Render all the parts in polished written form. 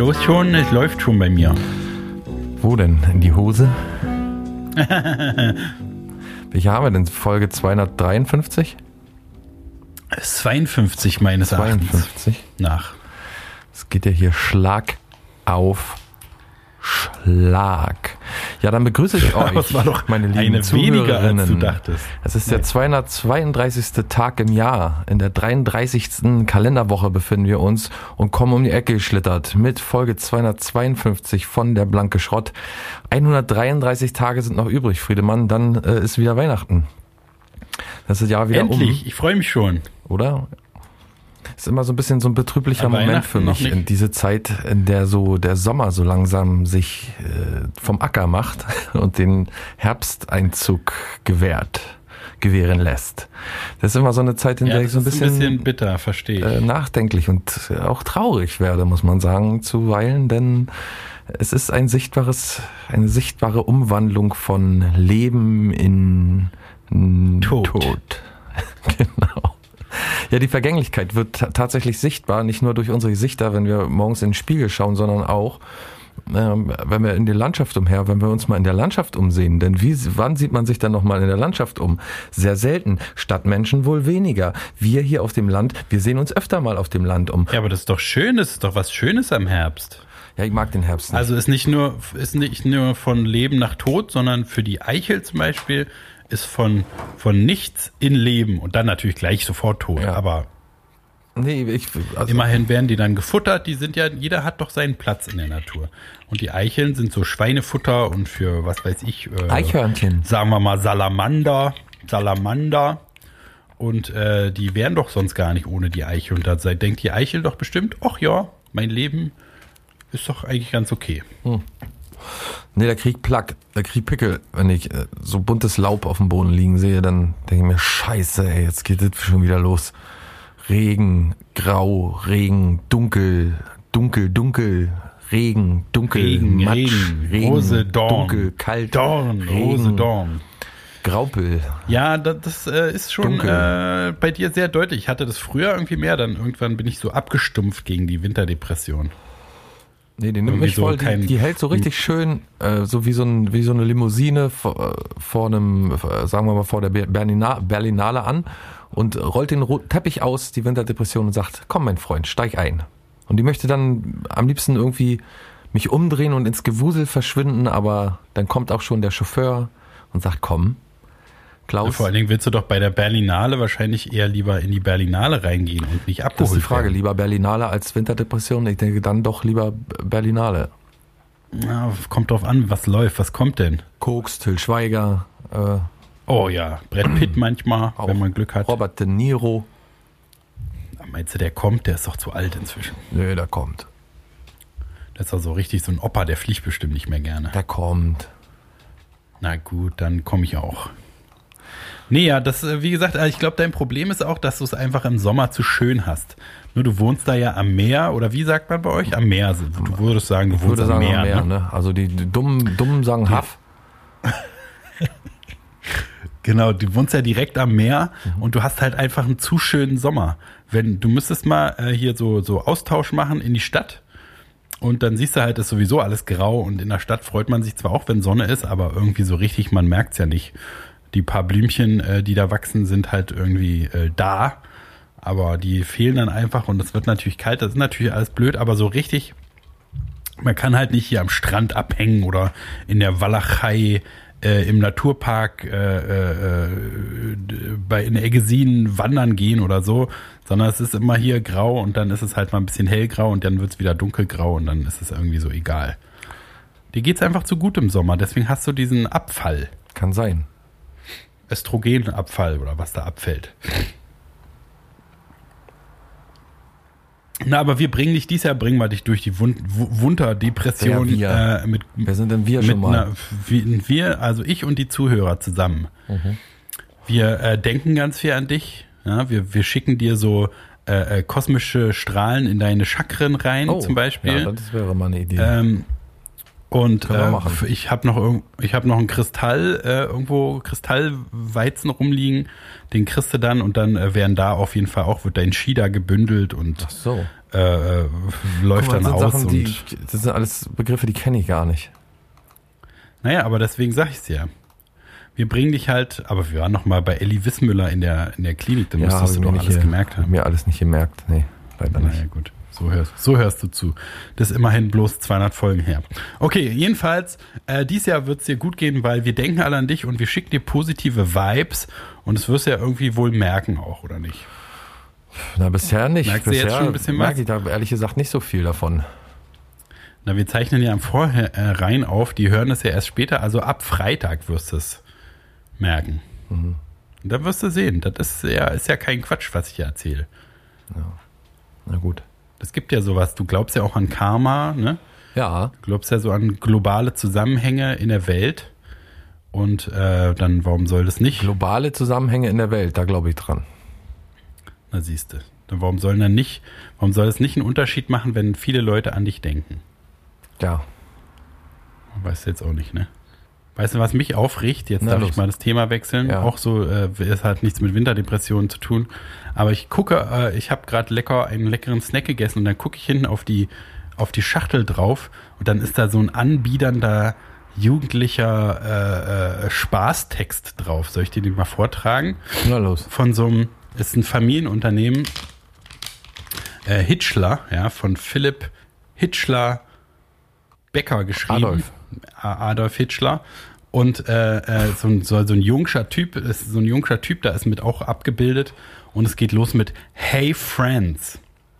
los schon? Es läuft schon bei mir. Wo denn? In die Hose? Welche haben wir denn? Folge 253? 52 meines Erachtens. 52? Nach. Es geht ja hier Schlag auf Schlag. Ja, dann begrüße ich euch, Das war doch meine lieben eine weniger, als du Zuhörerinnen. dachtest. Es ist der 232. Tag im Jahr. In der 33. Kalenderwoche befinden wir uns und kommen um die Ecke geschlittert mit Folge 252 von der Blanke Schrott. 133 Tage sind noch übrig, Friedemann, dann ist wieder Weihnachten. Das ist ja wieder Endlich, ich freue mich schon. oder? Ist immer so ein bisschen so ein betrüblicher Aber Moment für Weihnachten noch mich, nicht. in diese Zeit, in der so der Sommer so langsam sich vom Acker macht und den Herbsteinzug gewähren lässt. Das ist immer so eine Zeit, in der ich so ein das ist bisschen bitter, verstehe ich. nachdenklich und auch traurig werde, muss man sagen, zuweilen, denn es ist eine sichtbare Umwandlung von Leben in Tod. Genau. Ja, die Vergänglichkeit wird tatsächlich sichtbar, nicht nur durch unsere Gesichter, wenn wir morgens in den Spiegel schauen, sondern auch, wenn wir in die Landschaft wenn wir uns mal in der Landschaft umsehen. Denn wann sieht man sich dann nochmal in der Landschaft um? Sehr selten. Stadtmenschen wohl weniger. Wir hier auf dem Land, wir sehen uns öfter mal auf dem Land um. Ja, aber das ist doch schön, das ist doch was Schönes am Herbst. Ja, ich mag den Herbst nicht. Also ist nicht nur von Leben nach Tod, sondern für die Eichel zum Beispiel ist von nichts in Leben und dann natürlich gleich sofort tot. Ja. Aber nee, immerhin werden die dann gefuttert. Die sind ja, jeder hat doch seinen Platz in der Natur. Und die Eicheln sind so Schweinefutter und für, was weiß ich, Eichhörnchen. sagen wir mal Salamander. Und die wären doch sonst gar nicht ohne die Eichel. Und da denkt die Eichel doch bestimmt, ach ja, mein Leben ist doch eigentlich ganz okay. Nee, der kriegt Pickel. Wenn ich so buntes Laub auf dem Boden liegen sehe, dann denke ich mir, scheiße, ey, jetzt geht das schon wieder los. Regen, grau, Regen, dunkel, Regen, dunkel, Matsch, Regen, Rose, Dorn, dunkel, kalt, Dorn, Regen, Rose, Dorn. Graupel. Ja, das ist schon bei dir sehr deutlich. Ich hatte das früher irgendwie mehr, dann irgendwann bin ich so abgestumpft gegen die Winterdepression. Nee, die nimmt mich so voll, die hält so richtig schön, so wie so eine Limousine vor einem, sagen wir mal, vor der Berlinale an und rollt den roten Teppich aus, die Winterdepression, und sagt, komm mein Freund, steig ein. Und die möchte dann am liebsten irgendwie mich umdrehen und ins Gewusel verschwinden, aber dann kommt auch schon der Chauffeur und sagt, komm, Klaus. Ja, vor allen Dingen willst du doch bei der Berlinale wahrscheinlich eher lieber in die Berlinale reingehen und nicht abgeholt Das ist die Frage, werden. lieber Berlinale als Winterdepression? Ich denke dann doch lieber Berlinale. Ja, kommt drauf an, was läuft, was kommt denn? Koks, Till Schweiger, Oh ja, Brad Pitt manchmal, auch wenn man Glück hat. Robert De Niro. Meinst du, der kommt? Der ist doch zu alt inzwischen. Nö, der kommt. Das ist doch so richtig so ein Opa, der fliegt bestimmt nicht mehr gerne. Der kommt. Na gut, dann komme ich auch. Nee, ja, das, wie gesagt, ich glaube, dein Problem ist auch, dass du es einfach im Sommer zu schön hast. Nur du wohnst da ja am Meer, oder wie sagt man bei euch? Am Meer. Du würdest sagen, du wohnst am Meer, ne? Also die Dummen sagen Haff. Genau, du wohnst ja direkt am Meer und du hast halt einfach einen zu schönen Sommer. Du müsstest mal hier so Austausch machen in die Stadt und dann siehst du halt, ist sowieso alles grau und in der Stadt freut man sich zwar auch, wenn Sonne ist, aber irgendwie so richtig, man merkt's ja nicht. Die paar Blümchen, die da wachsen, sind halt irgendwie da, aber die fehlen dann einfach und es wird natürlich kalt, das ist natürlich alles blöd, aber so richtig, man kann halt nicht hier am Strand abhängen oder in der Walachei im Naturpark in Eggesin wandern gehen oder so, sondern es ist immer hier grau und dann ist es halt mal ein bisschen hellgrau und dann wird es wieder dunkelgrau und dann ist es irgendwie so egal. Dir geht's einfach zu gut im Sommer, deswegen hast du diesen Abfall. Kann sein. Östrogenabfall oder was da abfällt. Na, aber dieses Jahr bringen wir dich durch die Winterdepression. Ja, wer sind denn wir schon mal? Wir, also ich und die Zuhörer zusammen. Wir denken ganz viel an dich. Ja, wir schicken dir so kosmische Strahlen in deine Chakren rein, zum Beispiel. Ja, das wäre mal eine Idee. Und ich habe noch einen Kristallweizen rumliegen, den kriegst du dann und dann werden da auf jeden Fall auch, wird dein Ski da gebündelt und läuft dann aus. Sachen, das sind alles Begriffe, die kenne ich gar nicht. Naja, aber deswegen sag ich's ja. Wir bringen dich halt, aber wir waren noch mal bei Elli Wissmüller in der Klinik, da müsstest du doch alles gemerkt haben. Mir alles nicht gemerkt, nee, leider nicht. Naja, gut. So hörst du zu. Das ist immerhin bloß 200 Folgen her. Okay, jedenfalls, dieses Jahr wird es dir gut gehen, weil wir denken alle an dich und wir schicken dir positive Vibes und das wirst du ja irgendwie wohl merken auch, oder nicht? Na, bisher nicht. Merkst du jetzt schon ein bisschen was? Merke ich da ehrlich gesagt nicht so viel davon. Na, wir zeichnen ja am Vorhinein auf, die hören es ja erst später, also ab Freitag wirst du es merken. Mhm. Und dann wirst du sehen, das ist ja kein Quatsch, was ich hier erzähle. Ja. Na gut. Es gibt ja sowas, du glaubst ja auch an Karma, ne? Ja. Du glaubst ja so an globale Zusammenhänge in der Welt. Und dann, warum soll das nicht? Globale Zusammenhänge in der Welt, da glaube ich dran. Na siehst du. Dann warum soll es nicht einen Unterschied machen, wenn viele Leute an dich denken? Ja. Weißt du jetzt auch nicht, ne? Weißt du, was mich aufregt? Jetzt darf ich mal das Thema wechseln. Ja. Auch so, es hat nichts mit Winterdepressionen zu tun. Aber ich gucke, ich habe gerade einen leckeren Snack gegessen und dann gucke ich hinten auf die Schachtel drauf und dann ist da so ein anbiedernder jugendlicher Spaßtext drauf. Soll ich dir den mal vortragen? Na los. Von so einem, ist ein Familienunternehmen, Hitchler, ja, von Philipp Hitchler Becker geschrieben. Adolf Hitchler. Und so ein jungscher Typ, da ist mit auch abgebildet. Und es geht los mit Hey Friends.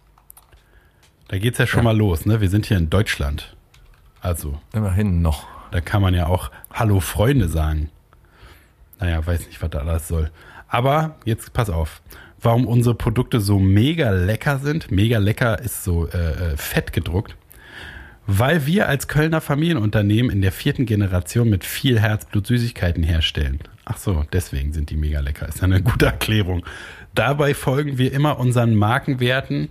Da geht's ja schon mal los, ne? Wir sind hier in Deutschland. Also. Immerhin noch. Da kann man ja auch Hallo Freunde sagen. Naja, weiß nicht, was da alles soll. Aber jetzt pass auf. Warum unsere Produkte so mega lecker sind. Mega lecker ist so fett gedruckt. Weil wir als Kölner Familienunternehmen in der 4. Generation mit viel Herzblut Süßigkeiten herstellen. Ach so, deswegen sind die mega lecker. Ist ja eine gute Erklärung. Dabei folgen wir immer unseren Markenwerten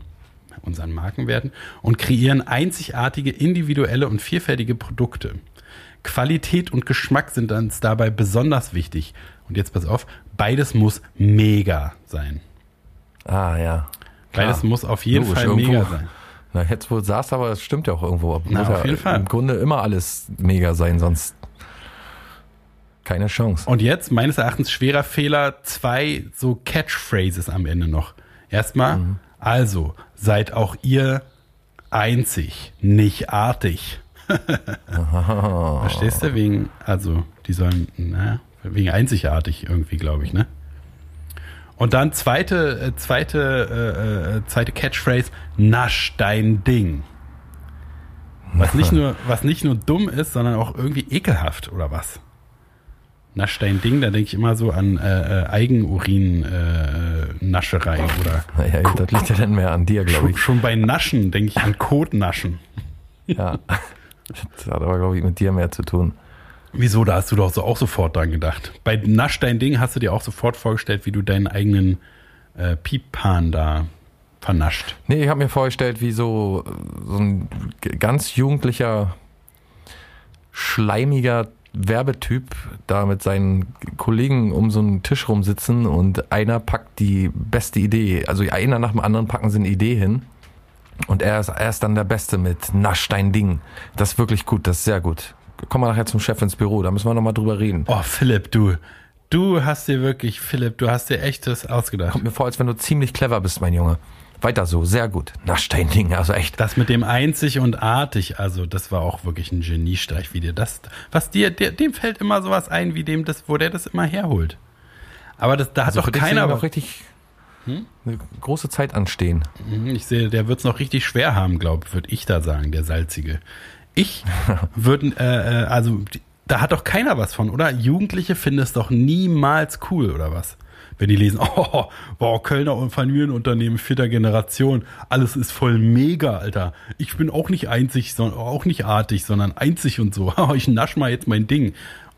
und kreieren einzigartige, individuelle und vielfältige Produkte. Qualität und Geschmack sind uns dabei besonders wichtig. Und jetzt pass auf, beides muss mega sein. Ah ja. Klar. Beides muss auf jeden Fall mega sein. Na, jetzt wo du sagst, aber das stimmt ja auch irgendwo. Na, auf jeden Fall. Im Grunde immer alles mega sein, sonst keine Chance. Und jetzt, meines Erachtens, schwerer Fehler, 2 so Catchphrases am Ende noch. Erstmal, also, seid auch ihr einzig, nicht artig. Verstehst du? Wegen einzigartig irgendwie, glaube ich, ne? Und dann zweite Catchphrase, nasch dein Ding. Was nicht nur dumm ist, sondern auch irgendwie ekelhaft, oder was? Nasch dein Ding, da denke ich immer so an Eigenurin-Nascherei oder. Ja, das liegt ja dann mehr an dir, glaube ich. Schon bei Naschen denke ich an Kotnaschen. Ja, das hat aber, glaube ich, mit dir mehr zu tun. Wieso? Da hast du doch auch sofort dran gedacht. Bei Nasch dein Ding hast du dir auch sofort vorgestellt, wie du deinen eigenen Pieppan da vernascht. Nee, ich habe mir vorgestellt, wie so ein ganz jugendlicher, schleimiger Werbetyp da mit seinen Kollegen um so einen Tisch rumsitzen und einer packt die beste Idee. Also einer nach dem anderen packen sie eine Idee hin und er ist dann der Beste mit Nasch dein Ding. Das ist wirklich gut, das ist sehr gut. Komm mal nachher zum Chef ins Büro, da müssen wir nochmal drüber reden. Oh, Philipp, du hast dir echt das ausgedacht. Kommt mir vor, als wenn du ziemlich clever bist, mein Junge. Weiter so, sehr gut. Nasch dein Ding, also echt. Das mit dem einzig und artig, also das war auch wirklich ein Geniestreich, wie dir das, dem fällt immer sowas ein, wie wo der das immer herholt. Aber da hat doch keiner noch richtig eine große Zeit anstehen. Ich sehe, der wird es noch richtig schwer haben, würde ich da sagen, der Salzige. Ich würde, da hat doch keiner was von, oder? Jugendliche finden es doch niemals cool, oder was? Wenn die lesen, Kölner und Familienunternehmen 4. Generation, alles ist voll mega, Alter. Ich bin auch nicht einzig, auch nicht artig, sondern einzig und so. Ich nasch mal jetzt mein Ding.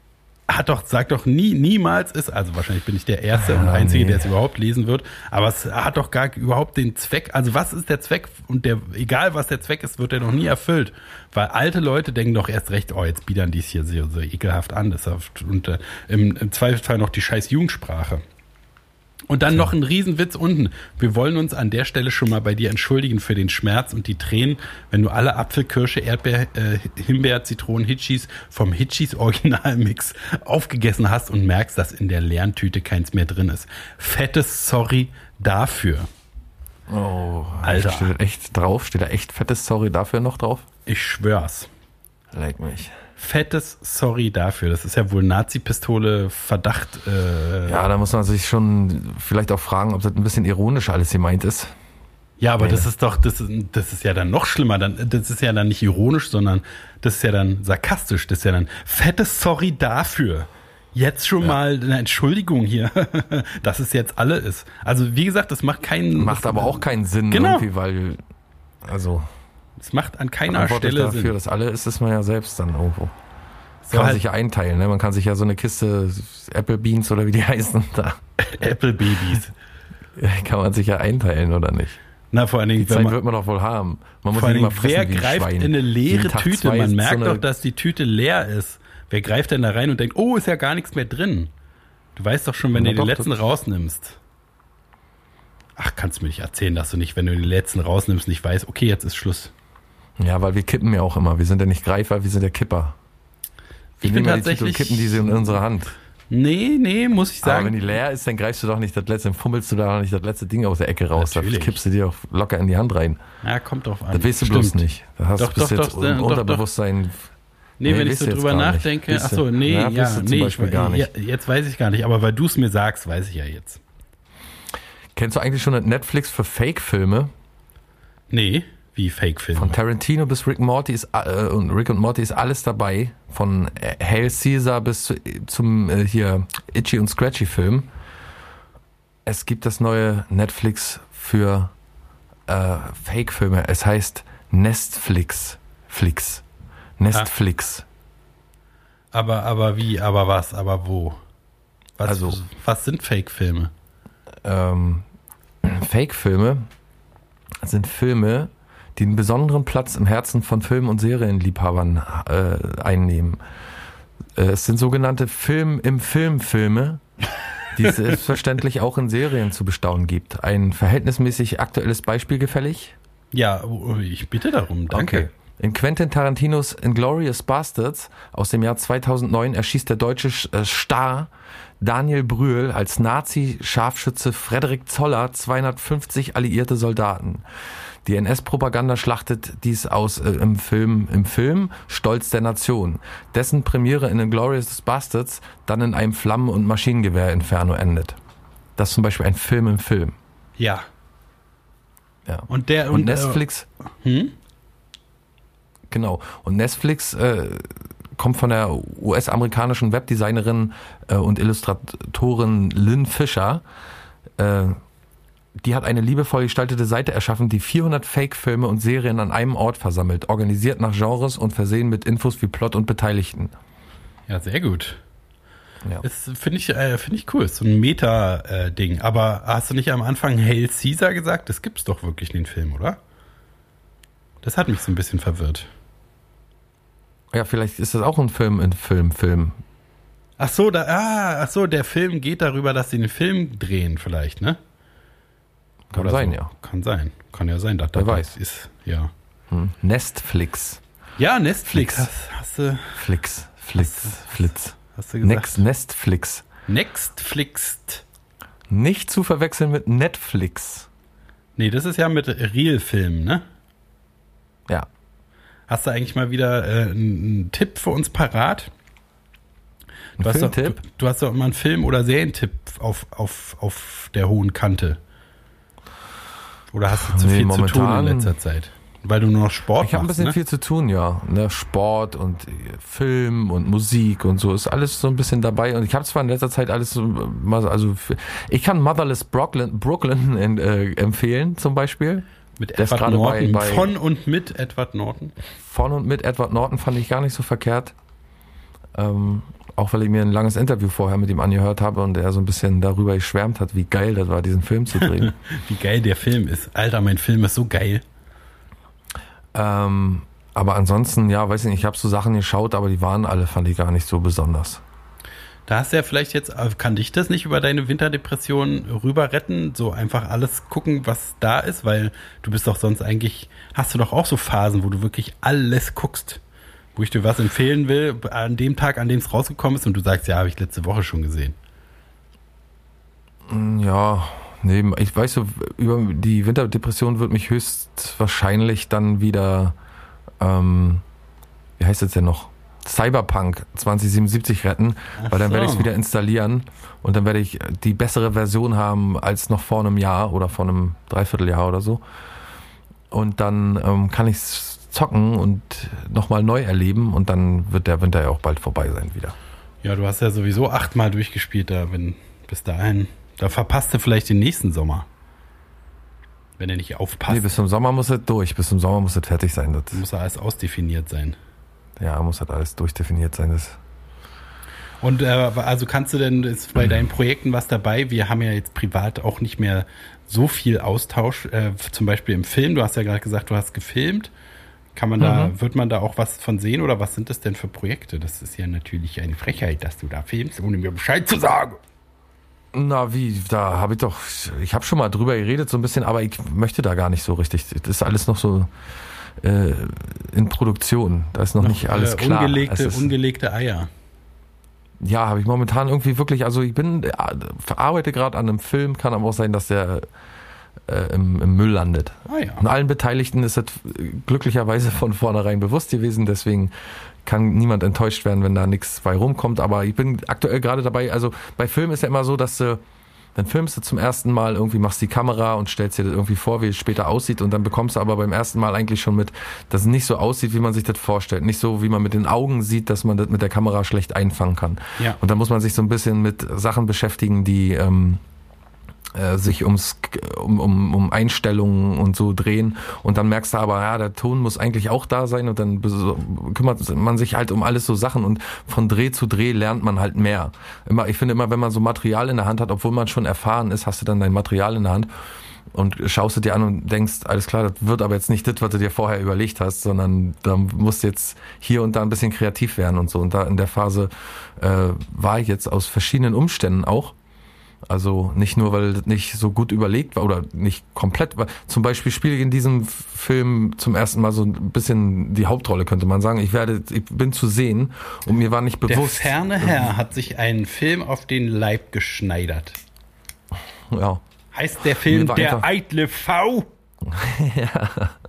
sag doch niemals ist, also wahrscheinlich bin ich der Erste und Einzige, der es überhaupt lesen wird, aber es hat doch gar überhaupt den Zweck, also was ist der Zweck und egal was der Zweck ist, wird der noch nie erfüllt, weil alte Leute denken doch erst recht, jetzt biedern die es hier so ekelhaft an, und im Zweifelsfall noch die scheiß Jugendsprache. Und dann noch ein Riesenwitz unten. Wir wollen uns an der Stelle schon mal bei dir entschuldigen für den Schmerz und die Tränen, wenn du alle Apfel, Kirsche, Erdbeer, Himbeer, Zitronen, Hitchis vom Hitchis Originalmix aufgegessen hast und merkst, dass in der leeren Tüte keins mehr drin ist. Fettes Sorry dafür. Oh, Alter. Steht da echt fettes Sorry dafür noch drauf? Ich schwör's. Leck mich. Fettes Sorry dafür. Das ist ja wohl Nazi-Pistole, Verdacht. Ja, da muss man sich schon vielleicht auch fragen, ob das ein bisschen ironisch alles gemeint ist. Ja, aber das ist ja dann noch schlimmer. Das ist ja dann nicht ironisch, sondern das ist ja dann sarkastisch. Das ist ja dann fettes Sorry dafür. Jetzt schon mal eine Entschuldigung hier, dass es jetzt alle ist. Also wie gesagt, das macht aber auch keinen Sinn, genau. Irgendwie, weil, also... Es macht an keiner Stelle dafür, Sinn. dass alle ist man ja selbst dann irgendwo. So kann man halt sich ja einteilen, ne? Man kann sich ja so eine Kiste Apple Beans oder wie die heißen da. Apple Babys. Kann man sich ja einteilen, oder nicht? Na, vor allen Dingen, die Zeit wird man doch wohl haben. Man muss vor allen nicht mal Dingen, fressen wer wie ein greift Schwein. in eine leere Tüte? Man merkt doch, dass die Tüte leer ist. Wer greift denn da rein und denkt, ist ja gar nichts mehr drin? Du weißt doch schon, wenn du den letzten rausnimmst. Ach, kannst du mir nicht erzählen, dass du nicht, wenn du den letzten rausnimmst, nicht weißt, okay, jetzt ist Schluss. Ja, weil wir kippen ja auch immer. Wir sind ja nicht Greifer, wir sind ja Kipper. Wir nehmen ja die Tüte und kippen diese in unsere Hand. Nee, muss ich sagen. Aber wenn die leer ist, dann greifst du doch nicht das letzte, dann fummelst du da nicht das letzte Ding aus der Ecke raus. Natürlich. Da kippst du dir auch locker in die Hand rein. Ja, kommt drauf an. Das weißt du bloß nicht. Da hast du bis jetzt im Unterbewusstsein... Nee, wenn ich so drüber nachdenke, achso, jetzt weiß ich gar nicht, aber weil du es mir sagst, weiß ich ja jetzt. Kennst du eigentlich schon Netflix für Fake-Filme? Nee. Wie Fake-Filme. Von Tarantino bis Rick und Morty ist alles dabei. Von Hail Caesar bis zum hier Itchy und Scratchy Film. Es gibt das neue Netflix für Fake-Filme. Es heißt Nestflix. Nestflix. Aber wie, aber was, aber wo? Was sind Fake-Filme? Fake-Filme sind Filme, die einen besonderen Platz im Herzen von Film- und Serienliebhabern einnehmen. Es sind sogenannte Film-im-Film-Filme, die es selbstverständlich auch in Serien zu bestaunen gibt. Ein verhältnismäßig aktuelles Beispiel gefällig? Ja, ich bitte darum, danke. Okay. In Quentin Tarantinos Inglourious Basterds aus dem Jahr 2009 erschießt der deutsche Star Daniel Brühl als Nazi-Scharfschütze Frederik Zoller 250 alliierte Soldaten. Die NS-Propaganda schlachtet dies aus im Film Stolz der Nation. Dessen Premiere in Inglourious Basterds dann in einem Flammen- und Maschinengewehr-Inferno endet. Das ist zum Beispiel ein Film im Film. Ja. Und Netflix... Genau. Und Netflix kommt von der US-amerikanischen Webdesignerin und Illustratorin Lynn Fisher. Die hat eine liebevoll gestaltete Seite erschaffen, die 400 Fake-Filme und Serien an einem Ort versammelt, organisiert nach Genres und versehen mit Infos wie Plot und Beteiligten. Ja, sehr gut. Ja. Das finde ich cool, ist so ein Meta-Ding. Aber hast du nicht am Anfang Hail Caesar gesagt? Das gibt's doch wirklich, den Film, oder? Das hat mich so ein bisschen verwirrt. Ja, vielleicht ist das auch ein Film. Ach so, der Film geht darüber, dass sie einen Film drehen vielleicht, ne? Kann sein, so. Ja. Kann sein. Kann ja sein, dass das weiß. Ist, ja. Nestflix. Ja, Nestflix. Hast du... Flix. Hast du gesagt? Nestflix. Nextflixt. Nicht zu verwechseln mit Netflix. Nee, das ist ja mit Real-Film, ne? Ja. Hast du eigentlich mal wieder einen Tipp für uns parat? Du hast doch immer einen Film- oder Serientipp auf der hohen Kante. Oder hast du zu viel zu tun in letzter Zeit? Weil du nur noch Sport machst, Ich habe ein bisschen viel zu tun, ja. Sport und Film und Musik und so ist alles so ein bisschen dabei. Und ich habe zwar in letzter Zeit alles ich kann Motherless Brooklyn empfehlen zum Beispiel. Mit Edward Norton. Von und mit Edward Norton. Von und mit Edward Norton fand ich gar nicht so verkehrt. Auch weil ich mir ein langes Interview vorher mit ihm angehört habe und er so ein bisschen darüber geschwärmt hat, wie geil das war, diesen Film zu drehen. Wie geil der Film ist. Alter, mein Film ist so geil. Aber ansonsten, ja, weiß ich nicht, ich habe so Sachen geschaut, aber die waren alle, fand ich gar nicht so besonders. Da hast du ja vielleicht jetzt, kann dich das nicht über deine Winterdepression rüber retten? So einfach alles gucken, was da ist, weil du bist doch sonst eigentlich, hast du doch auch so Phasen, wo du wirklich alles guckst, wo ich dir was empfehlen will, an dem Tag, an dem es rausgekommen ist und du sagst, ja, habe ich letzte Woche schon gesehen. Ja, nee, ich weiß so, über die Winterdepression wird mich höchstwahrscheinlich dann wieder, wie heißt es denn noch? Cyberpunk 2077 retten, weil dann werde ich es wieder installieren und dann werde ich die bessere Version haben als noch vor einem Jahr oder vor einem Dreivierteljahr oder so. Und dann kann ich es zocken und nochmal neu erleben und dann wird der Winter ja auch bald vorbei sein wieder. Ja, du hast ja sowieso 8-mal durchgespielt da, wenn bis dahin. Da verpasst du vielleicht den nächsten Sommer. Wenn er nicht aufpasst. Nee, bis zum Sommer muss es durch, bis zum Sommer muss es fertig sein. Das muss ja alles ausdefiniert sein. Ja, muss halt alles durchdefiniert sein. Das. Und also kannst du denn, ist bei deinen Projekten was dabei? Wir haben ja jetzt privat auch nicht mehr so viel Austausch, zum Beispiel im Film. Du hast ja gerade gesagt, du hast gefilmt. Kann man wird man da auch was von sehen oder was sind das denn für Projekte? Das ist ja natürlich eine Frechheit, dass du da filmst, ohne mir Bescheid zu sagen. Na wie, da habe ich habe schon mal drüber geredet so ein bisschen, aber ich möchte da gar nicht so richtig. Das ist alles noch so in Produktion. Da ist noch nicht alles klar. Ungelegte Eier. Ja, habe ich momentan irgendwie wirklich, also ich arbeite gerade an einem Film, kann aber auch sein, dass der im Müll landet. Ja. Und allen Beteiligten ist das glücklicherweise von vornherein bewusst gewesen, deswegen kann niemand enttäuscht werden, wenn da nichts bei rumkommt, aber ich bin aktuell gerade dabei, also bei Filmen ist ja immer so, dass dann filmst du zum ersten Mal, irgendwie machst die Kamera und stellst dir das irgendwie vor, wie es später aussieht und dann bekommst du aber beim ersten Mal eigentlich schon mit, dass es nicht so aussieht, wie man sich das vorstellt. Nicht so, wie man mit den Augen sieht, dass man das mit der Kamera schlecht einfangen kann. Ja. Und dann muss man sich so ein bisschen mit Sachen beschäftigen, die sich um Einstellungen und so drehen und dann merkst du aber, ja, der Ton muss eigentlich auch da sein und dann kümmert man sich halt um alles so Sachen und von Dreh zu Dreh lernt man halt mehr. Ich finde immer, wenn man so Material in der Hand hat, obwohl man schon erfahren ist, hast du dann dein Material in der Hand und schaust du dir an und denkst, alles klar, das wird aber jetzt nicht das, was du dir vorher überlegt hast, sondern da musst du jetzt hier und da ein bisschen kreativ werden und so. Und da in der Phase war ich jetzt aus verschiedenen Umständen auch. Also nicht nur, weil das nicht so gut überlegt war oder nicht komplett war. Zum Beispiel spiele ich in diesem Film zum ersten Mal so ein bisschen die Hauptrolle, könnte man sagen. Ich bin zu sehen und mir war nicht bewusst. Der ferne Herr hat sich einen Film auf den Leib geschneidert. Ja. Heißt der Film Der eitle V? Ja.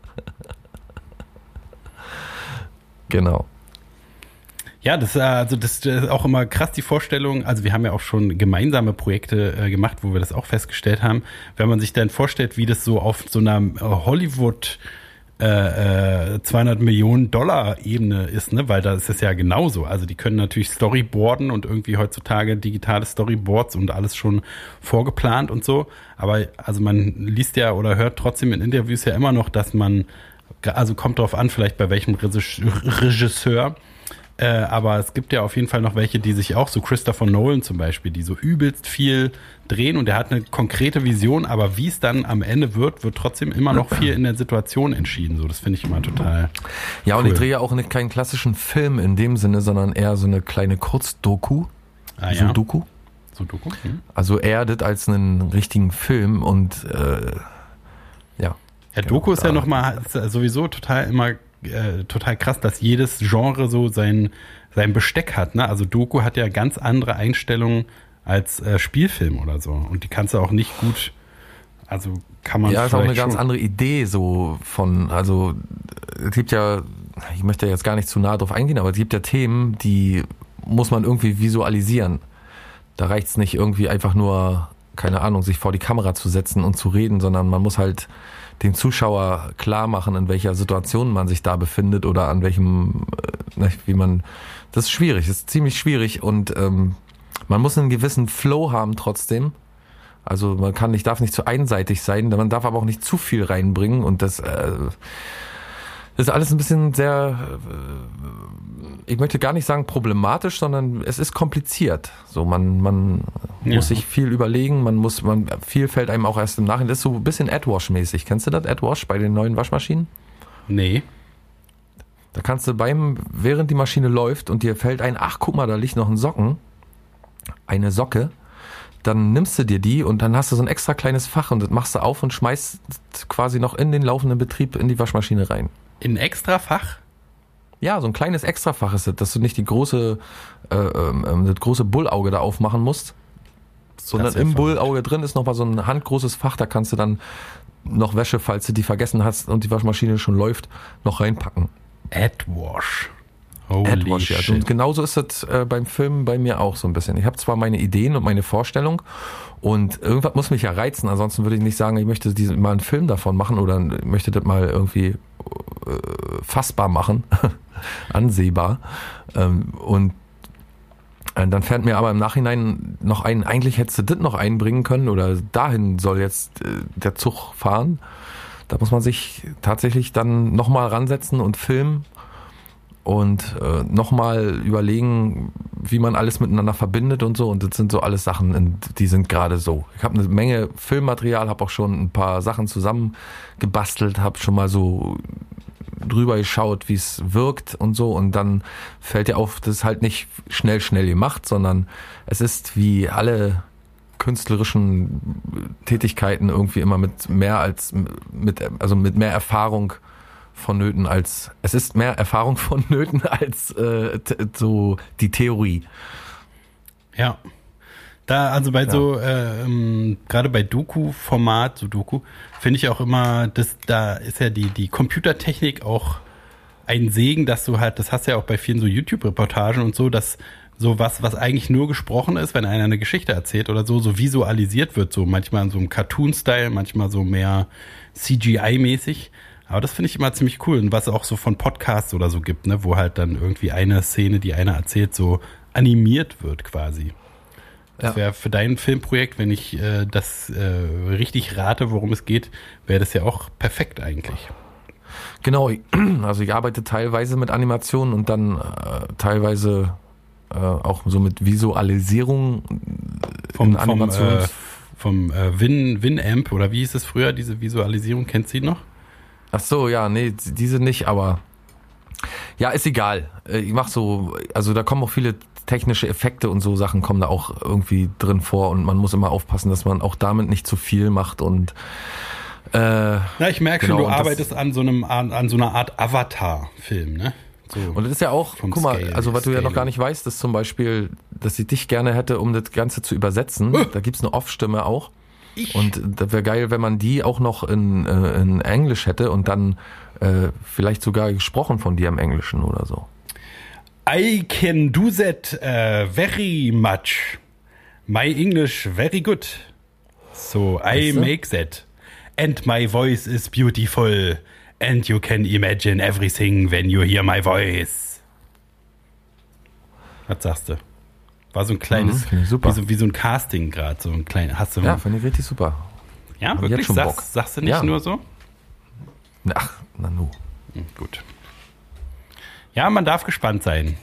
Genau. Ja, das ist auch immer krass, die Vorstellung. Also wir haben ja auch schon gemeinsame Projekte gemacht, wo wir das auch festgestellt haben. Wenn man sich dann vorstellt, wie das so auf so einer Hollywood $200 Millionen Ebene ist, ne? Weil da ist es ja genauso. Also die können natürlich Storyboarden und irgendwie heutzutage digitale Storyboards und alles schon vorgeplant und so. Aber also man liest ja oder hört trotzdem in Interviews ja immer noch, dass man, also kommt drauf an, vielleicht bei welchem Regisseur. Aber es gibt ja auf jeden Fall noch welche, die sich auch, so Christopher Nolan zum Beispiel, die so übelst viel drehen und der hat eine konkrete Vision, aber wie es dann am Ende wird trotzdem immer noch viel in der Situation entschieden. So, das finde ich immer total Ja, cool. Und ich drehe ja auch keinen klassischen Film in dem Sinne, sondern eher so eine kleine Kurzdoku. Sudoku. Sudoku? Also eher das als einen richtigen Film und ja. Ja, Doku ist ja nochmal sowieso total krass, dass jedes Genre so sein Besteck hat, ne? Also Doku hat ja ganz andere Einstellungen als Spielfilm oder so. Und die kannst du auch nicht gut, also kann man ja, ist auch eine ganz andere Idee so also es gibt ja, ich möchte jetzt gar nicht zu nah drauf eingehen, aber es gibt ja Themen, die muss man irgendwie visualisieren. Da reicht es nicht irgendwie einfach nur, keine Ahnung, sich vor die Kamera zu setzen und zu reden, sondern man muss halt dem Zuschauer klar machen, in welcher Situation man sich da befindet oder an welchem, das ist schwierig, das ist ziemlich schwierig und man muss einen gewissen Flow haben trotzdem. Also darf nicht zu einseitig sein, man darf aber auch nicht zu viel reinbringen und das ist alles ein bisschen sehr ich möchte gar nicht sagen problematisch, sondern es ist kompliziert. So, man muss sich viel überlegen, viel fällt einem auch erst im Nachhinein. Das ist so ein bisschen AdWash-mäßig. Kennst du das, AdWash, bei den neuen Waschmaschinen? Nee. Da kannst du während die Maschine läuft und dir fällt ein, ach guck mal, da liegt noch eine Socke, dann nimmst du dir die und dann hast du so ein extra kleines Fach und das machst du auf und schmeißt quasi noch in den laufenden Betrieb in die Waschmaschine rein. In ein extra Fach? Ja, so ein kleines Extrafach ist es, dass du nicht das große Bullauge da aufmachen musst, sondern im Bullauge drin ist noch mal so ein handgroßes Fach, da kannst du dann noch Wäsche, falls du die vergessen hast und die Waschmaschine schon läuft, noch reinpacken. AdWash. AdWash, ja. Und genauso ist das beim Filmen bei mir auch so ein bisschen. Ich habe zwar meine Ideen und meine Vorstellung und irgendwas muss mich ja reizen, ansonsten würde ich nicht sagen, ich möchte mal einen Film davon machen oder möchte das mal irgendwie fassbar machen, ansehbar. Und dann fällt mir aber im Nachhinein noch ein, eigentlich hättest du das noch einbringen können oder dahin soll jetzt der Zug fahren. Da muss man sich tatsächlich dann nochmal ransetzen und filmen und nochmal überlegen, wie man alles miteinander verbindet und so. Und das sind so alles Sachen, die sind gerade so. Ich habe eine Menge Filmmaterial, habe auch schon ein paar Sachen zusammengebastelt, habe schon mal so drüber geschaut, wie es wirkt und so. Und dann fällt dir auf, das ist halt nicht schnell gemacht, sondern es ist wie alle künstlerischen Tätigkeiten irgendwie immer mit mehr Erfahrung vonnöten als so die Theorie. Ja. Da, also bei so, gerade bei Doku-Format, so Doku, finde ich auch immer, da ist ja die Computertechnik auch ein Segen, dass du halt, das hast du ja auch bei vielen so YouTube-Reportagen und so, dass so was eigentlich nur gesprochen ist, wenn einer eine Geschichte erzählt oder so visualisiert wird, so manchmal in so einem Cartoon-Style, manchmal so mehr CGI-mäßig. Aber das finde ich immer ziemlich cool. Und was es auch so von Podcasts oder so gibt, ne, wo halt dann irgendwie eine Szene, die einer erzählt, so animiert wird quasi. Das wäre für dein Filmprojekt, wenn ich das richtig rate, worum es geht, wäre das ja auch perfekt eigentlich. Genau, also ich arbeite teilweise mit Animationen und dann teilweise auch so mit Visualisierung vom Winamp oder wie hieß es früher, diese Visualisierung, kennst du die noch? Ach so, ja, nee, diese nicht, aber ja, ist egal. Ich mach so, also da kommen auch viele technische Effekte und so Sachen kommen da auch irgendwie drin vor und man muss immer aufpassen, dass man auch damit nicht zu viel macht und ich merke schon, du arbeitest an so einer Art Avatar-Film, ne? So und das ist ja auch, guck mal, also was du ja noch gar nicht weißt, ist zum Beispiel, dass ich dich gerne hätte, um das Ganze zu übersetzen. Da gibt's eine Off-Stimme auch. Und das wäre geil, wenn man die auch noch in Englisch hätte und dann vielleicht sogar gesprochen von dir im Englischen oder so. I can do that very much. My English very good. So I make that. And my voice is beautiful. And you can imagine everything when you hear my voice. Was sagst du? War so ein kleines, super. Wie so ein Casting gerade, so ein kleines, hast du ja, finde ich richtig super. Ja, wirklich? Sagst du nicht nur so? Ach, na nu. Gut. Ja, man darf gespannt sein.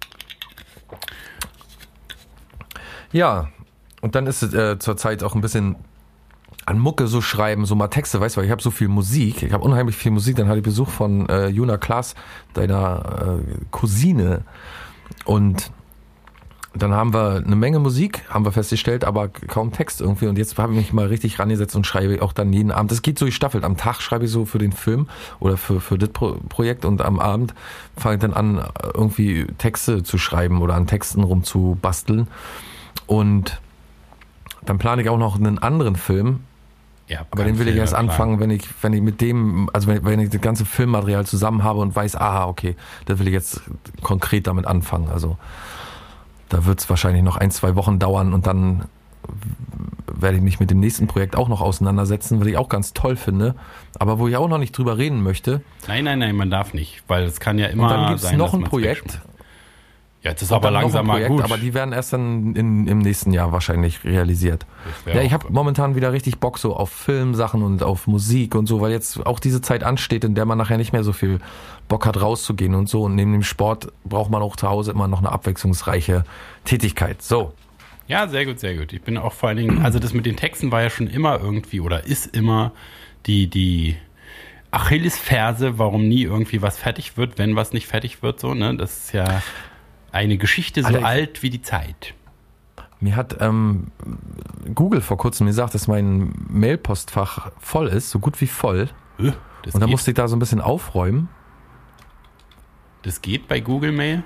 Ja, und dann ist es zurzeit auch ein bisschen an Mucke so schreiben, so mal Texte, weißt du, weil ich habe so viel Musik, ich habe unheimlich viel Musik, dann hatte ich Besuch von Juna Klaas, deiner Cousine, und dann haben wir eine Menge Musik, haben wir festgestellt, aber kaum Text irgendwie. Und jetzt habe ich mich mal richtig rangesetzt und schreibe auch dann jeden Abend. Das geht so gestaffelt. Am Tag schreibe ich so für den Film oder für das Projekt und am Abend fange ich dann an, irgendwie Texte zu schreiben oder an Texten rumzubasteln. Und dann plane ich auch noch einen anderen Film. Ja, aber den will ich erst anfangen, wenn ich mit dem, also wenn ich das ganze Filmmaterial zusammen habe und weiß, okay, da will ich jetzt konkret damit anfangen. Also da wird es wahrscheinlich noch 1-2 Wochen dauern und dann werde ich mich mit dem nächsten Projekt auch noch auseinandersetzen, was ich auch ganz toll finde, aber wo ich auch noch nicht drüber reden möchte. Nein, man darf nicht, weil es kann ja immer sein. Und dann gibt es noch ein Projekt. Jetzt ist aber langsam mal gut. Aber die werden erst dann im nächsten Jahr wahrscheinlich realisiert. Ja, ich habe momentan wieder richtig Bock so auf Filmsachen und auf Musik und so, weil jetzt auch diese Zeit ansteht, in der man nachher nicht mehr so viel Bock hat rauszugehen und so. Und neben dem Sport braucht man auch zu Hause immer noch eine abwechslungsreiche Tätigkeit. So. Ja, sehr gut, sehr gut. Ich bin auch vor allen Dingen, also das mit den Texten war ja schon immer irgendwie oder ist immer die Achillesferse, warum nie irgendwie was fertig wird, wenn was nicht fertig wird, so, ne? Das ist ja eine Geschichte so alt wie die Zeit. Mir hat Google vor kurzem gesagt, dass mein Mailpostfach voll ist, so gut wie voll. Und dann musste ich da so ein bisschen aufräumen. Das geht bei Google Mail?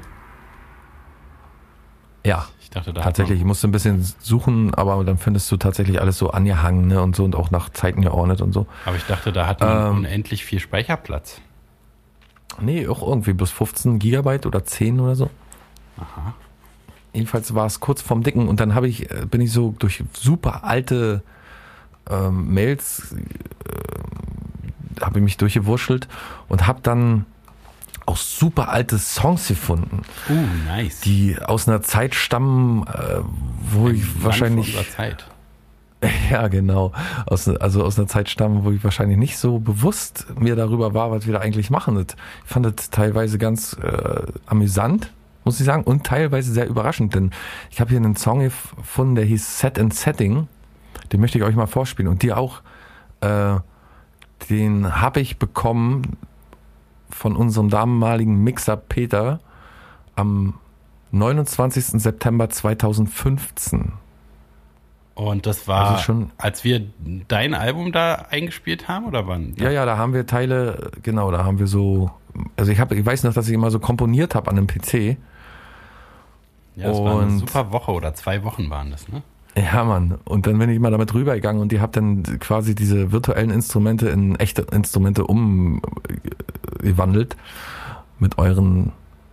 Ja, ich dachte, da tatsächlich. Ich musste ein bisschen suchen, aber dann findest du tatsächlich alles so angehangen, ne, und so und auch nach Zeiten geordnet und so. Aber ich dachte, da hat man unendlich viel Speicherplatz. Nee, auch irgendwie bloß 15 Gigabyte oder 10 oder so. Aha. Jedenfalls war es kurz vorm Dicken und dann bin ich so durch super alte Mails habe ich mich durchgewurschtelt und habe dann auch super alte Songs gefunden. Nice. Die aus einer Zeit stammen, wo ich wahrscheinlich... Von unserer Zeit. Ja, genau. Aus einer Zeit stammen, wo ich wahrscheinlich nicht so bewusst mir darüber war, was wir da eigentlich machen. Ich fand das teilweise ganz amüsant, muss ich sagen, und teilweise sehr überraschend, denn ich habe hier einen Song gefunden, der hieß Set and Setting. Den möchte ich euch mal vorspielen und dir auch. Den habe ich bekommen von unserem damaligen Mixer Peter am 29. September 2015. Und das war, also schon, als wir dein Album da eingespielt haben, oder wann? Ja, da haben wir Teile, genau, da haben wir so, also ich weiß noch, dass ich immer so komponiert habe an einem PC. Ja, das war eine super Woche oder 2 Wochen waren das, ne? Ja, Mann. Und dann bin ich mal damit rübergegangen und ihr habt dann quasi diese virtuellen Instrumente in echte Instrumente umgewandelt mit euren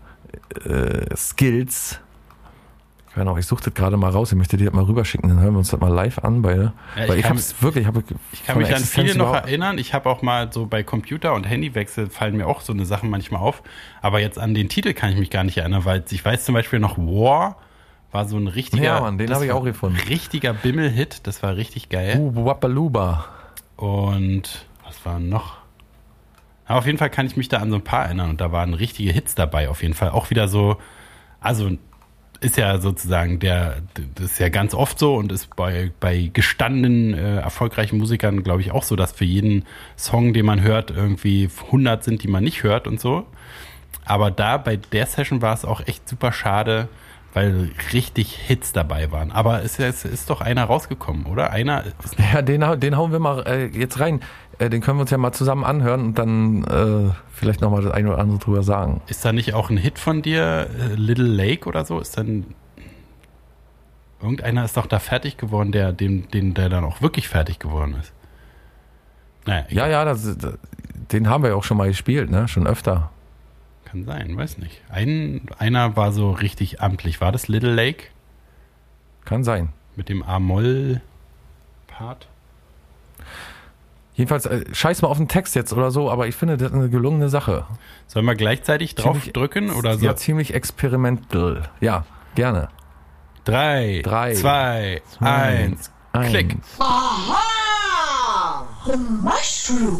Skills. Ich suche das gerade mal raus, ich möchte dir das mal rüberschicken, dann hören wir uns das mal live an beide. Ja, ich kann mich an viele noch erinnern, ich habe auch mal so bei Computer- und Handywechsel fallen mir auch so eine Sachen manchmal auf, aber jetzt an den Titel kann ich mich gar nicht erinnern, weil ich weiß zum Beispiel noch War war so ein richtiger, ja, Mann, den habe ich auch gefunden. Richtiger Bimmel-Hit, das war richtig geil. Wappaluba. Und was war noch? Aber auf jeden Fall kann ich mich da an so ein paar erinnern und da waren richtige Hits dabei, auf jeden Fall. Auch wieder so, also ist ja sozusagen das ist ja ganz oft so und ist bei gestandenen, erfolgreichen Musikern, glaube ich, auch so, dass für jeden Song, den man hört, irgendwie 100 sind, die man nicht hört und so. Aber da, bei der Session war es auch echt super schade, weil richtig Hits dabei waren. Aber es ist doch einer rausgekommen, oder? Ja, den hauen wir mal jetzt rein. Den können wir uns ja mal zusammen anhören und dann vielleicht nochmal das eine oder andere drüber sagen. Ist da nicht auch ein Hit von dir, Little Lake oder so? Ist dann irgendeiner ist doch da fertig geworden, der dann auch wirklich fertig geworden ist. Naja, ja, den haben wir ja auch schon mal gespielt, ne? Schon öfter. Kann sein, weiß nicht. Einer war so richtig amtlich. War das Little Lake? Kann sein. Mit dem A-Moll-Part? Jedenfalls, scheiß mal auf den Text jetzt oder so, aber ich finde, das ist eine gelungene Sache. Sollen wir gleichzeitig drauf drücken oder so? Ja, ziemlich experimental. Ja, gerne. 3, 2, 1, Klick. Aha! The mushroom!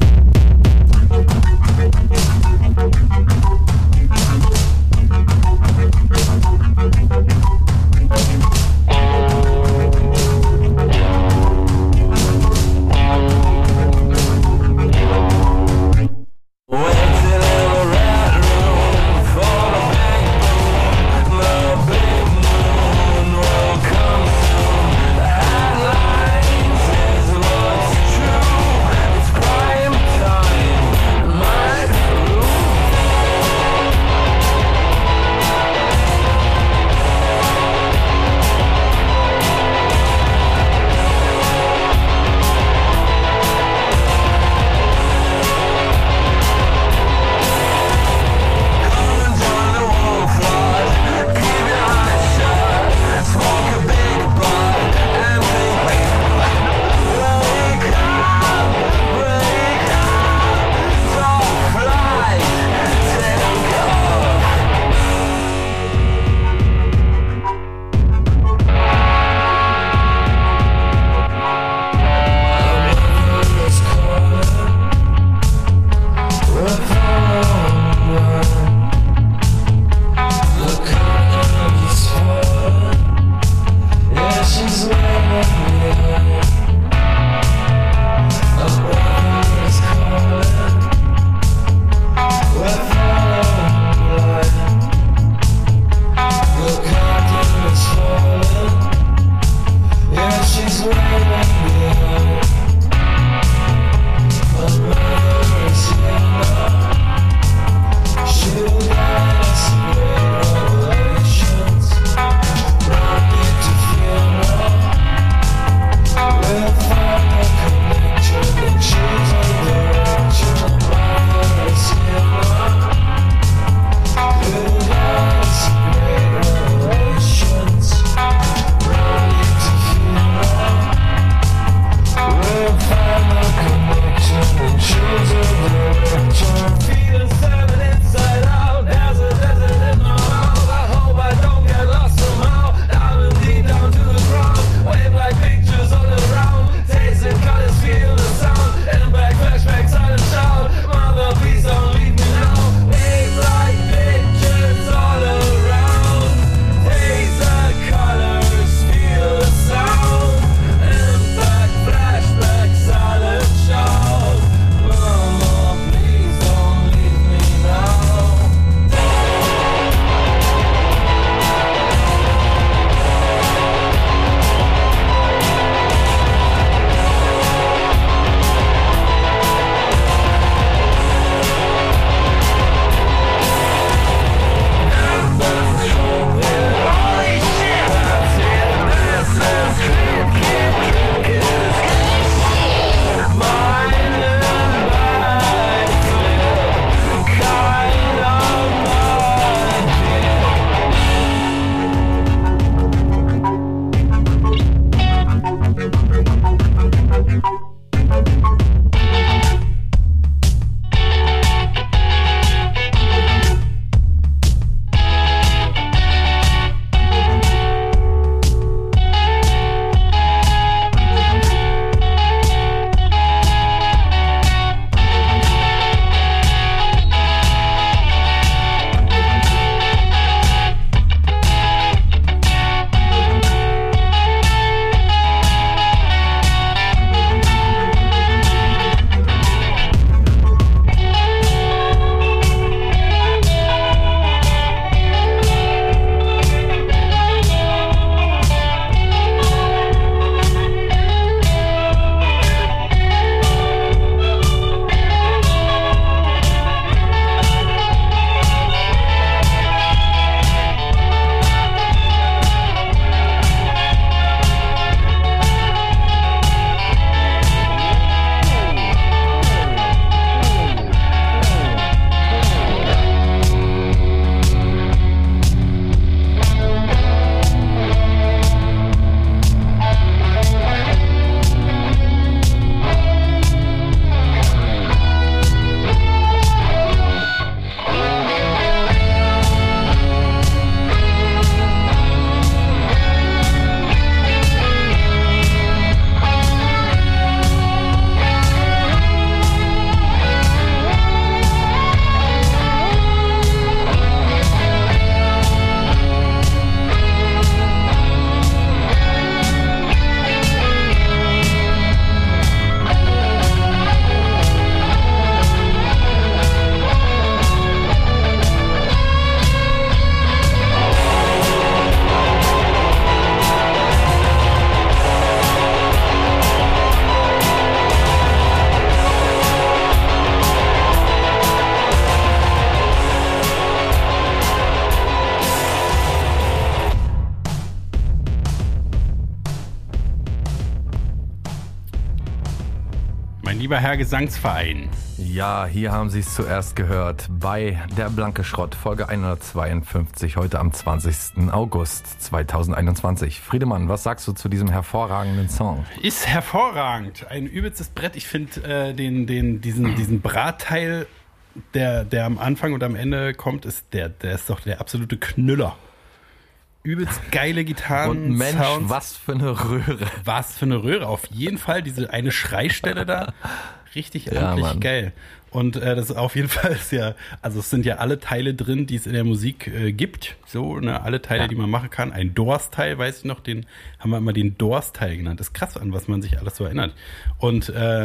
Mein lieber Herr Gesangsverein. Ja, hier haben Sie es zuerst gehört bei Der blanke Schrott, Folge 152, heute am 20. August 2021. Friedemann, was sagst du zu diesem hervorragenden Song? Ist hervorragend. Ein übelstes Brett. Ich finde diesen Bratteil, der am Anfang und am Ende kommt, der ist doch der absolute Knüller. Übelst geile Gitarren. Und Mensch, Sounds. was für eine Röhre. Was für eine Röhre. Auf jeden Fall diese eine Schreistelle da. Richtig Ja, amtlich Mann. geil. Und das ist auf jeden Fall es sind ja alle Teile drin, die es in der Musik gibt. So, ne, alle Teile, die man machen kann. Ein Doors-Teil, weiß ich noch, den haben wir immer den Doors-Teil genannt. Das ist krass, an was man sich alles so erinnert. Und